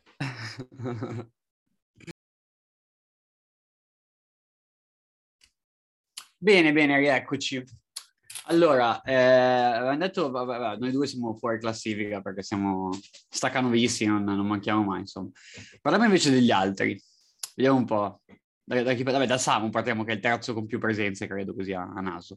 Bene, bene, rieccoci. Allora, eh, avevamo detto, vabbè, vabbè, noi due siamo fuori classifica perché siamo staccanovissimi, non, non manchiamo mai, insomma. Parliamo invece degli altri. Vediamo un po'. Da, da, chi- vabbè, da Samu partiamo, che è il terzo con più presenze, credo, così a, a naso.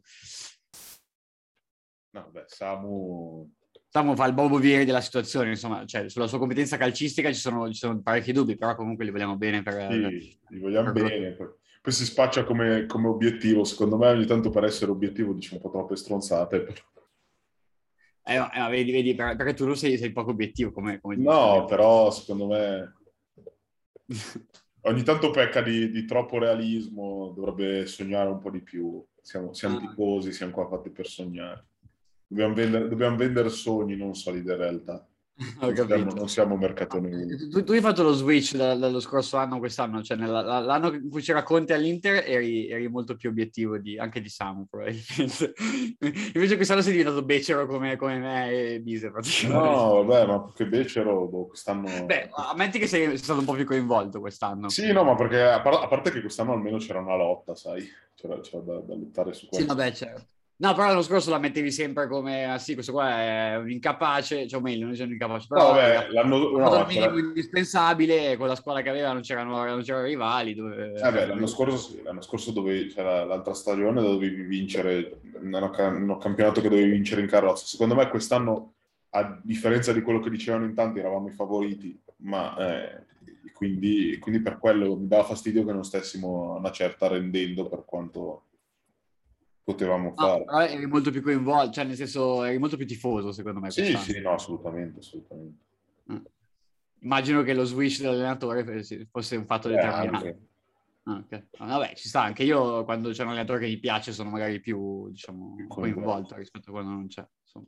No, beh, Samu... Samu fa il Bobo Vieri della situazione, insomma, cioè, sulla sua competenza calcistica ci sono, ci sono parecchi dubbi, però comunque li vogliamo bene per... Sì, gli vogliamo per quello- bene. Poi si spaccia come, come obiettivo. Secondo me ogni tanto per essere obiettivo dice un po' troppe stronzate. Però. Eh, no, eh, no, vedi, vedi, per- perché tu lo sei, sei poco obiettivo, come, come dici. No, però secondo me ogni tanto pecca di, di troppo realismo, dovrebbe sognare un po' di più. Siamo, siamo Ah, tifosi, siamo qua fatti per sognare. Dobbiamo vendere, dobbiamo vendere sogni, non solide realtà. ho Non siamo, capito. non siamo mercatoni. Tu, tu hai fatto lo switch da- dallo scorso anno a quest'anno, cioè nella- la- l'anno in cui c'era Conte all'Inter eri, eri molto più obiettivo di, anche di Samu, probabilmente. Invece quest'anno sei diventato becero come, come me e Bise, praticamente. No, vabbè, ma che becero, boh, quest'anno... Beh, ammetti che sei, sei stato un po' più coinvolto quest'anno. Sì, no, ma perché a, par- a parte che quest'anno almeno c'era una lotta, sai? C'era, c'era da, da lottare su Sì, questo. vabbè, certo. No, però l'anno scorso la mettevi sempre come, ah, sì, questo qua è un incapace, cioè o meglio, non è un incapace, No, però ha vabbè, l'anno... ha fatto il No, minimo c'era... indispensabile, e con la squadra che aveva non c'erano, non c'erano rivali. Dove, Eh cioè, beh, l'anno scorso sì, l'anno scorso dovevi, c'era l'altra stagione dovevi vincere, un campionato che dovevi vincere in carrozza. Secondo me quest'anno, a differenza di quello che dicevano in tanti, eravamo i favoriti, ma eh, quindi, quindi per quello mi dava fastidio che non stessimo a una certa rendendo per quanto, potevamo No, fare. però eri molto più coinvolto, cioè nel senso eri molto più tifoso secondo me Sì, quest'anno. sì, no, assolutamente, assolutamente. Eh. Immagino che lo switch dell'allenatore fosse un fatto Eh, determinante. anche. Ah, okay. Vabbè, ci sta, anche io quando c'è un allenatore che mi piace sono magari più, Più diciamo, coinvolto. coinvolto rispetto a quando non c'è. Insomma.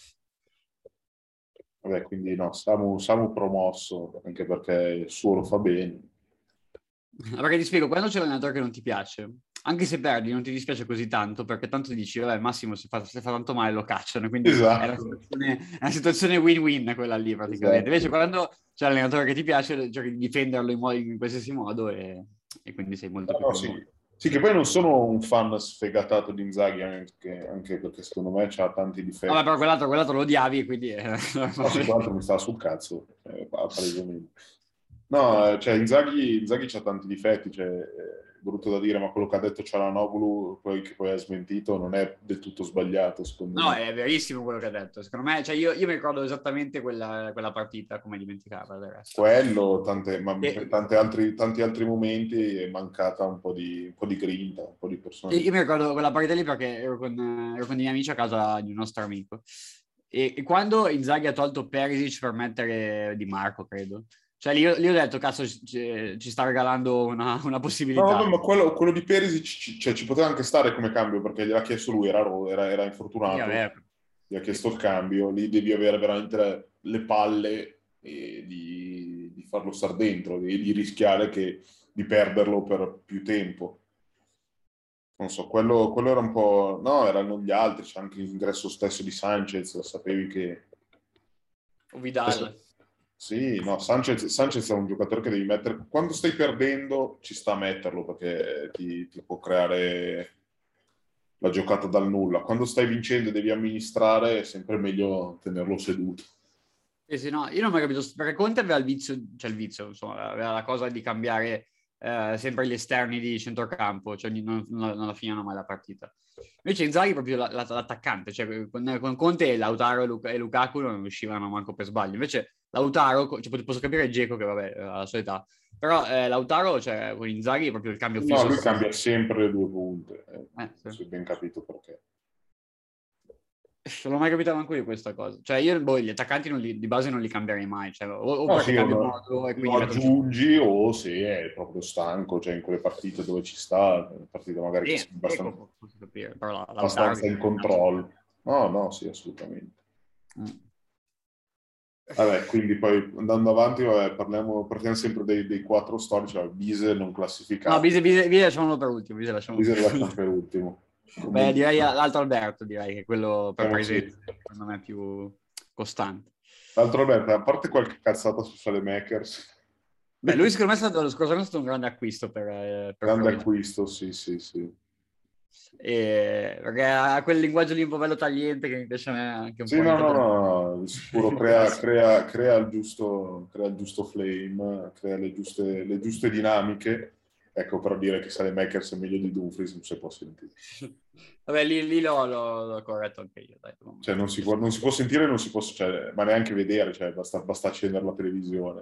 Vabbè, quindi no, Samu, Samu promosso, anche perché il suo lo fa bene. Perché ti spiego, quando c'è l'allenatore che non ti piace, anche se perdi non ti dispiace così tanto, perché tanto dici, vabbè, al massimo se fa, se fa tanto male lo cacciano, quindi è una Esatto, situazione, è una situazione win-win quella lì praticamente. Invece esatto. quando c'è l'allenatore che ti piace, cerchi di difenderlo in, mo- in qualsiasi modo e, e quindi sei molto No, più no, sì. coinvolto. Sì, che poi non sono un fan sfegatato di Inzaghi, anche, anche perché secondo me ha tanti Vabbè, difetti. però quell'altro, quell'altro lo odiavi, quindi è No, sì, normale. quell'altro mi stava sul cazzo, eh, palesemente. No, eh, cioè Inzaghi, Inzaghi c'ha tanti difetti, cioè, è brutto da dire, ma quello che ha detto Cialanoglu, poi, che poi ha smentito, non è del tutto sbagliato, secondo No, me. è verissimo quello che ha detto. Secondo me, cioè io, io mi ricordo esattamente quella, quella partita, come dimenticarla del resto. Quello, tante, ma per E, tante altri, tanti altri momenti è mancata un po' di, un po' di grinta, un po' di e io personalità. mi ricordo quella partita lì perché ero con, ero con i miei amici a casa di un nostro amico. E, e quando Inzaghi ha tolto Perisic per mettere Di Marco, credo. Cioè lì, lì ho detto, cazzo, ci, ci sta regalando una, una No, vabbè, possibilità. ma quello, quello di Perisic ci, cioè, ci poteva anche stare come cambio, perché gliel'ha chiesto lui, era, era, era Sì, infortunato, vabbè. gli ha Sì, chiesto sì, il sì. cambio, lì devi avere veramente le, le palle e di, di farlo star dentro e di rischiare che, di perderlo per più tempo. Non so, quello, quello era un po'... No, erano gli altri, c'è anche l'ingresso stesso di Sanchez, sapevi che... O Vidal. Adesso- Sì, no, Sanchez, Sanchez è un giocatore che devi mettere... Quando stai perdendo ci sta a metterlo perché ti, ti può creare la giocata dal nulla. Quando stai vincendo e devi amministrare è sempre meglio tenerlo seduto. Sì, sì, no, io non mi ho capito, perché Conte aveva il vizio, cioè il vizio, insomma, aveva la cosa di cambiare eh, sempre gli esterni di centrocampo, cioè non, non, non la finivano mai la partita. Invece Inzaghi è proprio la- la- l'attaccante, cioè con, con Conte Lautaro e, Luca, e Lukaku non uscivano manco per sbaglio. Invece Lautaro, cioè, posso capire Dzeko che vabbè, ha la sua età, però eh, Lautaro, cioè con Inzaghi è proprio il cambio No, fisso lui assoluto. cambia sempre le due punte. Eh, Eh, non sì. si è ben capito perché. Non l'ho mai capito manco io questa cosa. Cioè, io boh, gli attaccanti non li, di base non li cambierei mai. Cioè, o, o No, perché sì, o cambio lo, modo e lo quindi metto un centro. aggiungi o se è proprio stanco, cioè in quelle partite dove ci sta, partite magari che Sì, sei abbastanza, ecco, posso capire. Però la- Lautaro abbastanza dico, in cazzo. controllo. No, no, sì, assolutamente. Mm. Vabbè, quindi poi andando avanti, vabbè, parliamo, partiamo sempre dei, dei quattro storici, cioè Bise non No, classificato, Bise, Bise, Bise lasciamolo per ultimo. Bise lasciamolo Bise per lo lasciamo ultimo. per ultimo. Beh, Comunque, direi l'altro Alberto, direi che è quello per diciamo sì. presenza, secondo me, è più costante. D'altro Alberto, a parte qualche cazzata su Makers, Beh, lui secondo me è stato, lo scorso anno è stato un grande acquisto per, eh, per grande Freud. acquisto, sì, sì, sì. E, perché ha quel linguaggio lì un po' bello tagliente che mi piace a me anche un Sì, po' ogni no, no, tanto. no, di sicuro crea, crea, crea il giusto, crea il giusto flame, crea le giuste, le giuste dinamiche. Ecco, per dire che Makers è meglio di Dumfries non si può sentire. Vabbè, lì, lì l'ho, l'ho- l'ho corretto anche io, dai. Cioè, non si può, non si può sentire, non si può, cioè, ma neanche vedere, cioè, basta, basta accendere la televisione.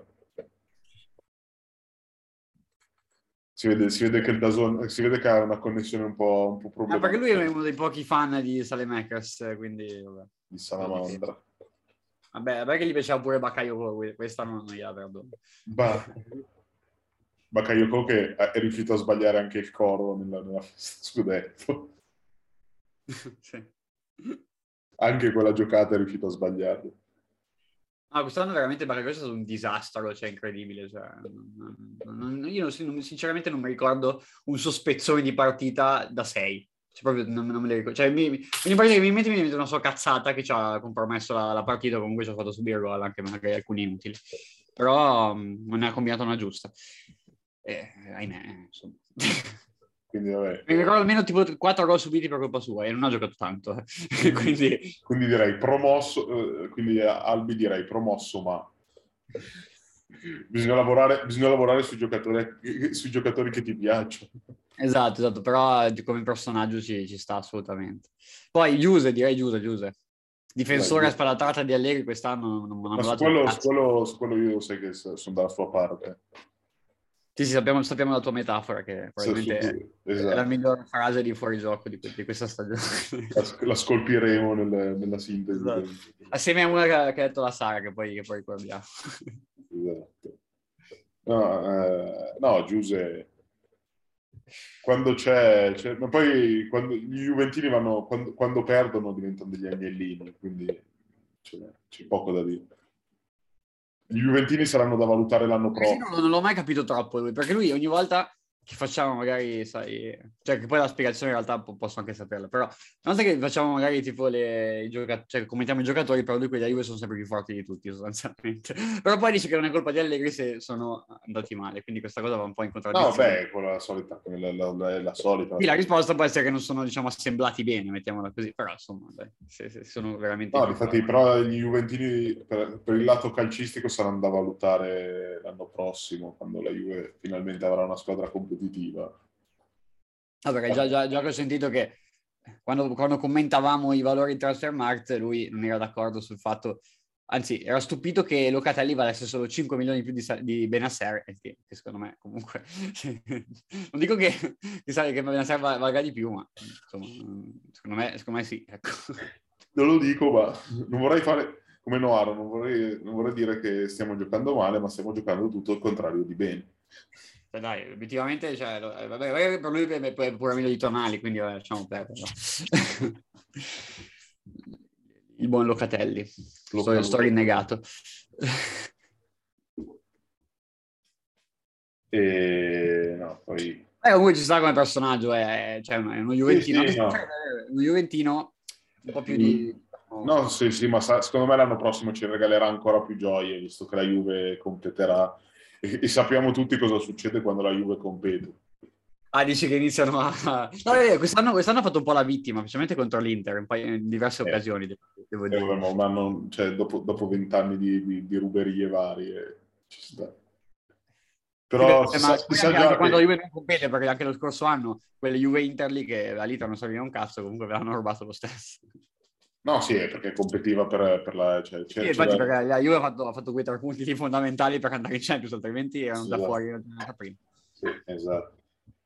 Si vede, si vede che il Dazon, si vede che ha una connessione un po', un po' Ah, perché lui è problematica uno dei pochi fan di Saelemaekers, quindi vabbè, di lo difendo. Salamandra. Vabbè, vabbè che gli piaceva pure Bakayoko, questa non, non gliela perdono. Bah, Bakayoko che è riuscito a sbagliare anche il coro nella, nella festa scudetto. Sì. Anche quella giocata è riuscito a sbagliarla. Ah, quest'anno veramente Bakayoko è stato un disastro, cioè incredibile. Cioè, non- non- non- io non- sinceramente non mi ricordo un suo spezzone di partita da sei. Cioè, proprio non, non me le ricordo. Cioè, mi, mi, ogni partita che mi mette mi mette una sua cazzata che ci ha compromesso la, la partita, comunque ci ha fatto subire gol, anche magari alcuni inutili. Però mh, non ne ha combinato una giusta. Eh, ahimè, insomma. Quindi, vabbè. Mi ricordo almeno tipo quattro gol subiti per colpa sua e non ha giocato tanto. Quindi, Quindi... quindi direi promosso, eh, quindi a Albi direi promosso, ma bisogna lavorare, bisogna lavorare sui giocatori, sui giocatori che ti piacciono. Esatto, esatto, però come personaggio ci, ci sta assolutamente. Poi Giuse, direi Giuse, Giuse. Difensore a Vabbè, spalla di Allegri quest'anno non, non ma hanno su dato un quello, su cazzo. quello, su quello io sai che sono dalla sua parte. Sì, sì, sappiamo, sappiamo la tua metafora, che probabilmente Sì, sì, è, esatto. è la miglior frase di fuorigioco di, di questa stagione. La, la scolpiremo nel, nella sintesi. Esatto. Assieme a una che, che ha detto la Sara, che poi, che poi ricordiamo. Esatto. No, eh, no, Giuse, quando c'è, c'è- ma poi quando gli Juventini vanno, quando, quando perdono diventano degli agnellini, quindi c'è, c'è poco da dire. Gli Juventini saranno da valutare l'anno Sì, prossimo. non, non l'ho mai capito troppo lui, perché lui ogni volta che facciamo magari, sai, cioè che poi la spiegazione in realtà po- posso anche saperla, però una volta che facciamo magari tipo le, i giocatori, cioè commentiamo i giocatori, però lui quelli da Juve sono sempre più forti di tutti sostanzialmente. Però poi dice che non è colpa di Allegri se sono andati male, quindi questa cosa va un po' in No, contraddizione. beh, quella la solita, quella, la, la, la solita. Sì, la risposta può essere che non sono, diciamo, assemblati bene, mettiamola così, però insomma, dai, se, se sono veramente No, più infatti, forti. però gli Juventini per, per il lato calcistico saranno da valutare l'anno prossimo, quando la Juve finalmente avrà una squadra competitiva. No, perché già, già, già che ho sentito che quando, quando commentavamo i valori di Transfermarkt, lui non era d'accordo sul fatto, anzi, era stupito che Locatelli valesse solo cinque milioni più di, di Benasser, che, che secondo me comunque non dico che, che, sai, che Benasser valga di più, ma insomma, secondo me, secondo me sì. Ecco. Non lo dico, ma non vorrei fare come Noaro, non vorrei, non vorrei dire che stiamo giocando male, ma stiamo giocando tutto il contrario di bene. Cioè, dai, obiettivamente, cioè, vabbè, per lui è pure meglio di Tonali, quindi vabbè, lasciamo perdere. Il buon Locatelli, sto, sto rinnegato. E no, poi... Eh, comunque ci sta come personaggio, è, cioè, è uno Juventino, Sì, sì, no. cioè, uno Juventino un po' più di... No, sì, sì, ma sa, secondo me l'anno prossimo ci regalerà ancora più gioie, visto che la Juve competerà. E, e sappiamo tutti cosa succede quando la Juve compete. Ah, dici che iniziano a... No, eh, quest'anno, quest'anno ha fatto un po' la vittima, specialmente contro l'Inter, in, paio- in diverse Eh, occasioni, devo eh, dire. vabbè, ma un anno, cioè, dopo, dopo vent'anni di, di, di ruberie varie, ci sta. Sì, Però beh, si ma sa, si poi sa anche, anche già quando la che... Juve non compete, perché anche lo scorso anno, quelle Juve-Inter lì, che la Lita non serviva un cazzo, comunque ve l'hanno rubato lo stesso. No, sì, è perché competiva per, per la... Cioè, Sì, c'era, infatti, c'era- perché la Juve ha fatto, ha fatto quei tre punti lì fondamentali per andare in Champions, altrimenti erano già Esatto. fuori la giornata prima. Sì, esatto.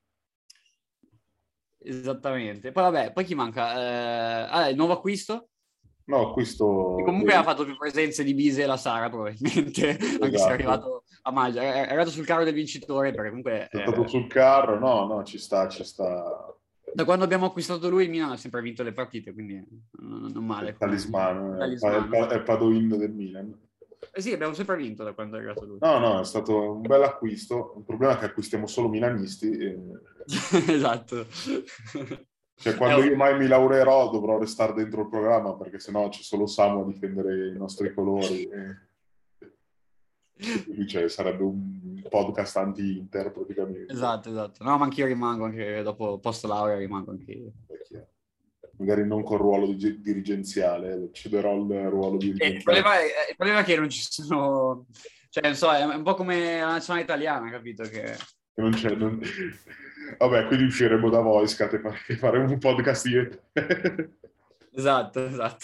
Esattamente. Poi vabbè, poi chi manca? Eh, ah, il nuovo acquisto? No, E questo... comunque ha fatto più presenze di Bise e la Sara, probabilmente, anche se è Esatto. arrivato a maggio. È è arrivato sul carro del vincitore, perché comunque... È stato eh, sul carro, no, no, ci sta, ci sta. da quando abbiamo acquistato lui, il Milan ha sempre vinto le partite, quindi non, non È il male come talismano, è il, pa- è il talismano. pa- è il Padoin del Milan. Eh sì, abbiamo sempre vinto da quando è arrivato lui. No, no, è stato un bel acquisto. Il problema è che acquistiamo solo milanisti. E... Esatto. Cioè, Eh, quando io mai mi laureerò dovrò restare dentro il programma perché sennò c'è solo Samu a difendere i nostri colori. E... e quindi cioè, sarebbe un podcast anti-Inter praticamente. esatto, esatto. No, ma anch'io rimango, anche dopo post laurea rimango anche Magari non col ruolo di- dirigenziale, cederò il ruolo E il dirigenziale. problema, è, il problema è che non ci sono... Cioè, non so, è un po' come la nazionale italiana, capito? Che... Che non c'è, non... Vabbè, quindi usciremo da Voicecat e fare- faremo un podcast io. Esatto, esatto.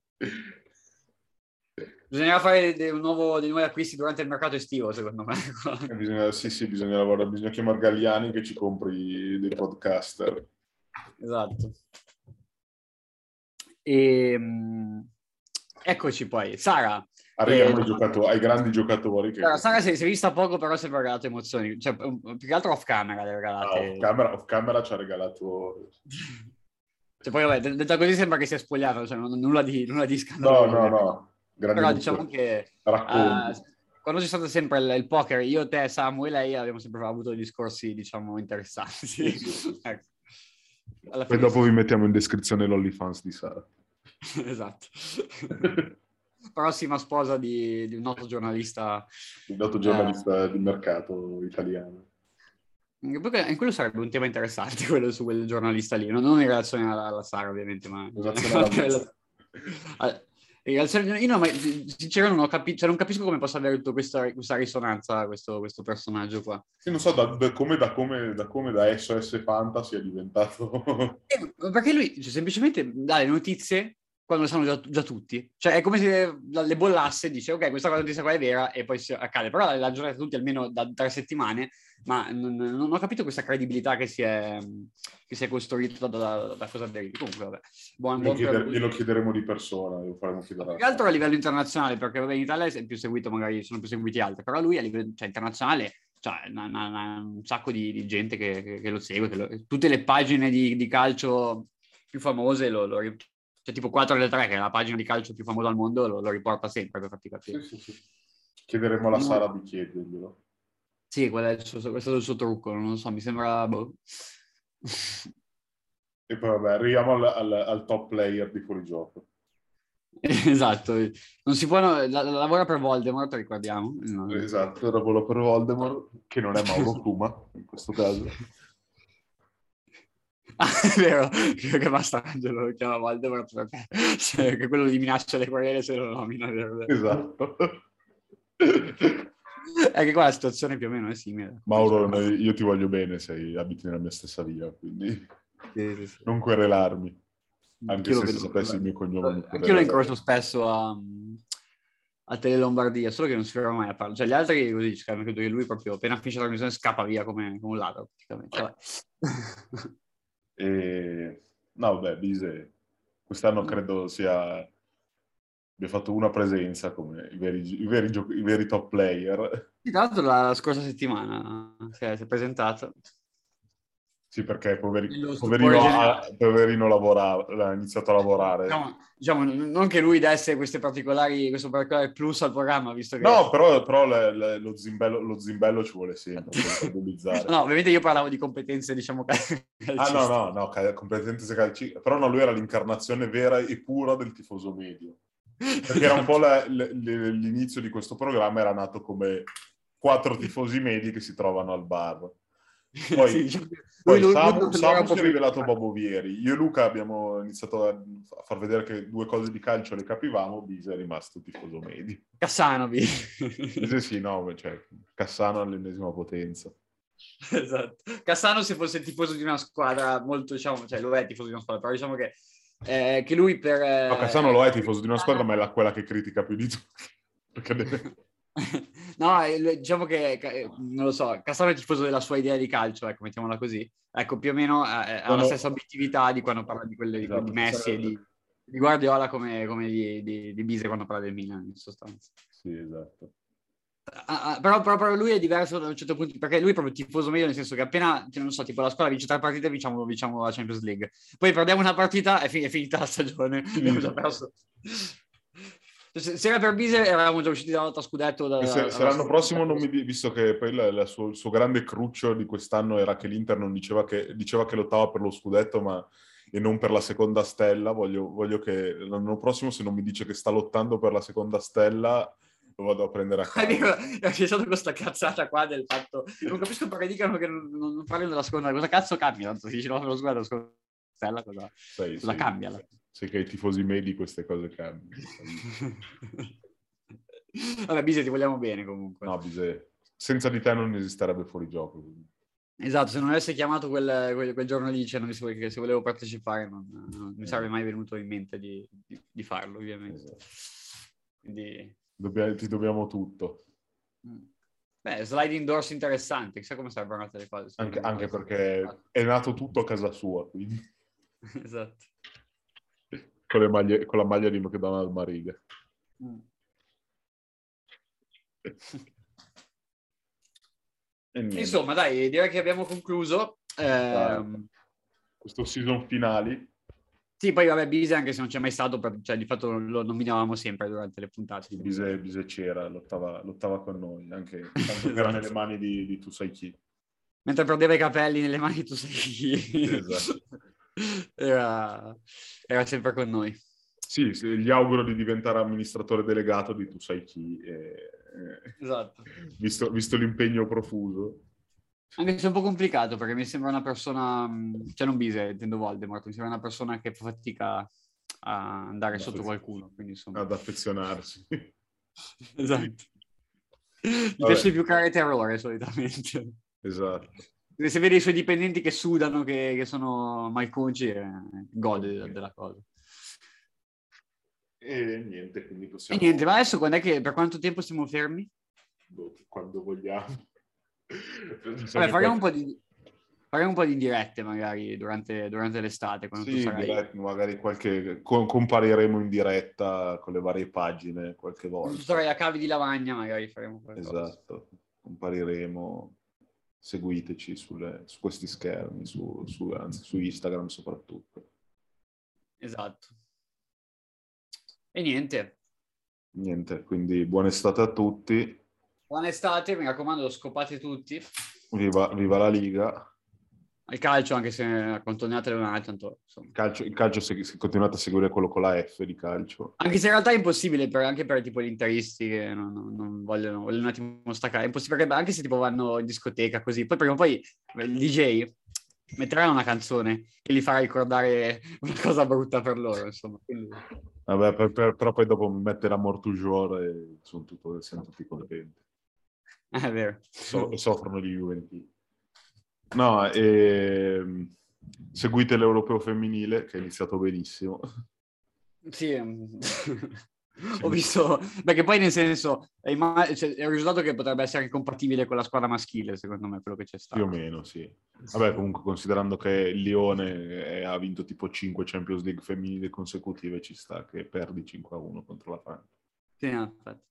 Bisognerà fare de- un nuovo, dei nuovi acquisti durante il mercato estivo, secondo me. E bisogna, sì, sì, bisogna lavorare, bisogna chiamare Galliani che ci compri dei podcaster. Esatto. E, mh, eccoci poi. Sara. Arriviamo Che, ai, giocatori, ai grandi giocatori che... allora, Sara si, si è vista poco, però si è regalato emozioni. Cioè, più che altro off camera le ha Ah, off regalate. camera, off camera ci ha regalato... Cioè, poi vabbè, detta così sembra che sia spogliato, cioè non- nulla di, nulla di No, scandaloso. no, ovviamente. no, grandi Però diciamo emozioni. che Racconti. uh, quando c'è stato sempre il, il poker, io, te, Samu e lei abbiamo sempre avuto discorsi, diciamo, interessanti. Sì, sì. Ecco. Alla Poi fine dopo sì. vi mettiamo in descrizione l'OnlyFans di Sara. Esatto. Prossima sposa di, di un noto giornalista. Il noto eh, giornalista di mercato italiano. Perché quello sarebbe un tema interessante, quello su quel giornalista lì, non, non in relazione alla, alla Sara ovviamente, ma in In relazione alla generale. In relazione- io no, ma sinceramente non ho capito, cioè non capisco come possa avere tutta questa, questa risonanza questo, questo personaggio qua. Io non so da, da come, da, come, da come da S O S Fantasy è diventato... Eh, perché lui cioè, semplicemente dà le notizie quando lo sanno già, già tutti. Cioè è come se le bollasse, dice ok, questa cosa notizia qua è vera e poi si accade. Però l'ha già tutti almeno da tre settimane, ma non, non ho capito questa credibilità che si è, che si è costruita da, da, da cosa derivi. Comunque vabbè, buon, buon chieder, glielo chiederemo di persona, lo faremo chiedere. Più che altro a livello internazionale, perché vabbè, in Italia è più seguito, magari sono più seguiti altri, però lui a livello cioè, internazionale cioè, una, una, una, un sacco di, di gente che, che, che lo segue, che lo, tutte le pagine di, di calcio più famose lo, lo cioè tipo quattro delle tre, che è la pagina di calcio più famosa al mondo, lo, lo riporta sempre per farti capire. Sì, sì, sì. Chiederemo alla Sara di chiederglielo. Sì, quello è il suo, questo è il suo trucco, non lo so, mi sembra... Boh. E poi vabbè, arriviamo al, al, al top player di fuorigioco. Esatto, non si può... La, la, lavora per Voldemort, ricordiamo. No. Esatto, lavora per Voldemort, che non è Mauro Kuma, in questo caso. Ah, è vero, credo che Mastrangelo lo chiama Voldemort perché cioè, che quello gli minaccia le querele se lo nomina. Esatto. È che qua la situazione più o meno è simile. Mauro, io ti voglio bene, sei, abiti nella mia stessa via, quindi sì, sì, sì. non querelarmi. Anche anch'io se sapessi il mio cognome. Anch'io lo incrocio spesso a, a Tele Lombardia, solo che non si ferma mai a parlare. Cioè gli altri così, cioè, credo che lui proprio appena finisce la trasmissione scappa via come, come un ladro, praticamente. E... No, vabbè, Bise, quest'anno credo sia... abbia fatto una presenza come i veri, i veri, gio... i veri top player. Tra l'altro la scorsa settimana si è, si è presentato. Sì, perché poveri... poverino, ha... poverino lavorava, ha iniziato a lavorare. Diciamo, diciamo, non che lui desse queste particolari, questo particolare plus al programma, visto che... No, però, però le, le, lo, zimbello, lo zimbello ci vuole sempre per no, ovviamente io parlavo di competenze, diciamo, calcistiche. Ah, no, no, no, competenze calcistiche. Però no, lui era l'incarnazione vera e pura del tifoso medio. Perché era un po' la, le, le, l'inizio di questo programma, era nato come quattro tifosi medi che si trovano al bar. Poi, sì, diciamo, poi lui, Samu, lui Samu si è rivelato Bobo Vieri. Io e Luca abbiamo iniziato a far vedere che due cose di calcio le capivamo, Bise è rimasto tifoso medio. Cassano, Bise sì, no, cioè, Cassano all'ennesima potenza. Esatto. Cassano se fosse tifoso di una squadra molto, diciamo, cioè lo è tifoso di una squadra, però diciamo che, eh, che lui per... Eh, no, Cassano lo è tifoso di una squadra, ma è la, quella che critica più di tutti. Perché deve... no, diciamo che, non lo so, Cassano è tifoso della sua idea di calcio, ecco, mettiamola così. Ecco, più o meno ha no, la stessa obiettività di quando parla di quelle esatto, di Messi e di, di Guardiola come, come di, di, di Bise quando parla del Milan, in sostanza. Sì, esatto. Uh, però, però, però lui è diverso da un certo punto, perché lui è proprio tifoso medio, nel senso che appena, non so, tipo la squadra vince tre partite, vinciamo, vinciamo la Champions League. Poi perdiamo una partita e fin- è finita la stagione. Abbiamo già perso. Se, se era per Bise eravamo già usciti dall'altro scudetto. Da, se, se l'anno prossimo non mi di, visto che poi la, la suo, il suo grande cruccio di quest'anno era che l'Inter non diceva che, diceva che lottava per lo scudetto, ma e non per la seconda stella, voglio, voglio che l'anno prossimo, se non mi dice che sta lottando per la seconda stella, lo vado a prendere a casa. C'è stata questa cazzata qua del fatto, non capisco perché dicano che non, non parlino della seconda, cosa cazzo cambia? Tanto si dice no, per lo sguardo, la seconda stella, cosa, sei, cosa sei, cambia? Sai che ai tifosi medi queste cose cambiano. Vabbè, Bise, ti vogliamo bene comunque. No, Bise, senza di te non esisterebbe fuorigioco. Esatto, se non avessi chiamato quel, quel, quel giorno lì dicendomi che se volevo partecipare non, non mi sarebbe mai venuto in mente di, di, di farlo, ovviamente. Esatto. Quindi... Dobbiamo, ti dobbiamo tutto. Beh, sliding doors interessante, chissà come sarebbero andate le cose. Anche, anche perché è nato tutto a casa sua, quindi. Esatto. Con, le maglie, con la maglia di McDonald's Mariga. Mm. Insomma, dai, direi che abbiamo concluso. Eh, questo season finale. Sì, poi vabbè, Bise, anche se non c'è mai stato, per, cioè di fatto lo nominavamo sempre durante le puntate. Sì, Bise, Bise c'era, lottava, lottava con noi, anche esatto. Era nelle mani di, di tu sai chi. Mentre perdeva i capelli nelle mani di tu sai chi. Esatto. era, era sempre con noi. Sì, sì, gli auguro di diventare amministratore delegato di tu sai chi. E, esatto. Visto, visto l'impegno profuso. Anche se è un po' complicato, perché mi sembra una persona, cioè non Bise, intendo Voldemort, mi sembra una persona che fa fatica a andare ad sotto qualcuno. Quindi, insomma... Ad affezionarsi. Esatto. Gli piace più creare terrore, solitamente. Esatto. Se vede i suoi dipendenti che sudano, che, che sono malconci, eh, gode della, della cosa. E niente, quindi possiamo... E niente, ma adesso quando è che, per quanto tempo siamo fermi? Quando vogliamo. Vabbè, faremo un po' di... Faremo un po' di dirette magari durante, durante l'estate, quando sì, tu sarai... direct, magari qualche... co- compariremo in diretta con le varie pagine qualche volta. Tu sarai a Cavi di Lavagna, magari faremo qualcosa. Esatto, compariremo, seguiteci sulle, su questi schermi, su, su, anzi su Instagram soprattutto. Esatto. E niente. Niente, quindi buona estate a tutti. Buona estate, mi raccomando, scopate tutti. Viva, viva la Liga. Al calcio, anche se contornate una tanto insomma. Il calcio, il calcio se, se continuate a seguire quello con la F di calcio. Anche se in realtà è impossibile per, anche per tipo gli interisti che non, non, non vogliono, vogliono un attimo staccare. È impossibile perché anche se tipo vanno in discoteca così, poi prima o poi il D J metterà una canzone che li farà ricordare una cosa brutta per loro, insomma. Quindi... Vabbè, per, per, però poi dopo metterà Mort toujours e sono, tutto, siamo tutti contenti. È vero. So, e soffrono gli Juventini. No, e... seguite l'Europeo femminile che è iniziato benissimo. Sì, ho visto, perché poi nel senso è, imm- cioè, è un risultato che potrebbe essere anche compatibile con la squadra maschile, secondo me, quello che c'è stato. Più o meno, sì. Vabbè, comunque considerando che il Lione è- ha vinto tipo cinque Champions League femminili consecutive, ci sta che perdi cinque a uno contro la Francia. Sì, no, infatti.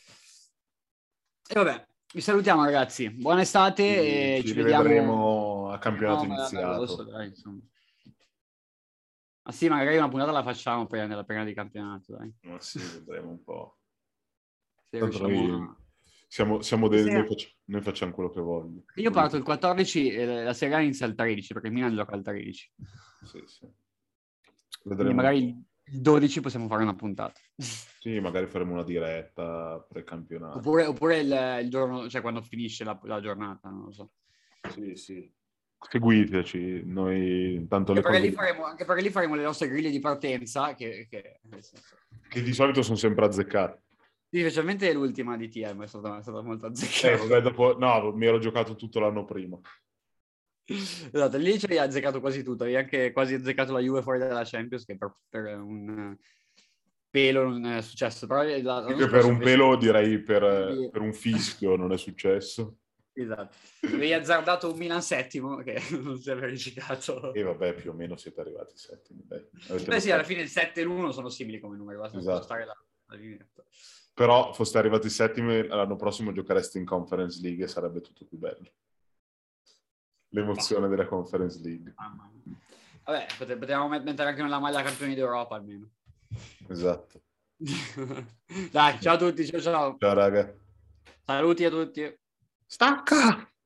E vabbè, vi salutiamo ragazzi, buona estate Ci, e ci ci rivedremo vediamo a campionato no, iniziato. agosto, dai, insomma. Ma sì, magari una puntata la facciamo prima della prima di campionato, dai. Ma sì, vedremo un po'. Se Tanto riusciamo noi a... siamo, siamo dei, Sì. noi, facciamo, noi facciamo quello che voglio. Io parto il quattordici e la Serie A inizia il tredici, perché il Milan gioca il tredici. Sì, sì. Quindi Vedremo. magari il dodici possiamo fare una puntata. Sì, magari faremo una diretta pre-campionato. Oppure, oppure il, il giorno, cioè quando finisce la, la giornata, non lo so. Sì, sì. Seguiteci, noi intanto le Anche perché, cose... lì faremo, anche perché lì faremo le nostre griglie di partenza, che, che, nel senso... che di solito sono sempre azzeccate. Sì, specialmente l'ultima di T M è stata, è stata molto azzeccata. Eh, vabbè, dopo... No, mi ero giocato tutto l'anno prima. Esatto, lì ci hai azzeccato quasi tutto, hai anche quasi azzeccato la Juve fuori dalla Champions, che per, per un pelo non è successo. Però la, Anche per un invece... pelo direi per, sì. per un fischio non è successo. Esatto. Avevi azzardato un Milan settimo che non si è verificato. E vabbè, più o meno siete arrivati settimi. Dai. Beh sì, alla fine il sette e l'uno sono simili come numeri, basta esatto. spostare la, la linea. Però foste arrivati settimi, l'anno prossimo giochereste in Conference League e sarebbe tutto più bello. L'emozione della Conference League. Ah, vabbè, potevamo mettere anche nella maglia campioni d'Europa almeno. Esatto. Dai, ciao a tutti, ciao ciao. Ciao raga. Saluti a tutti. Stacca!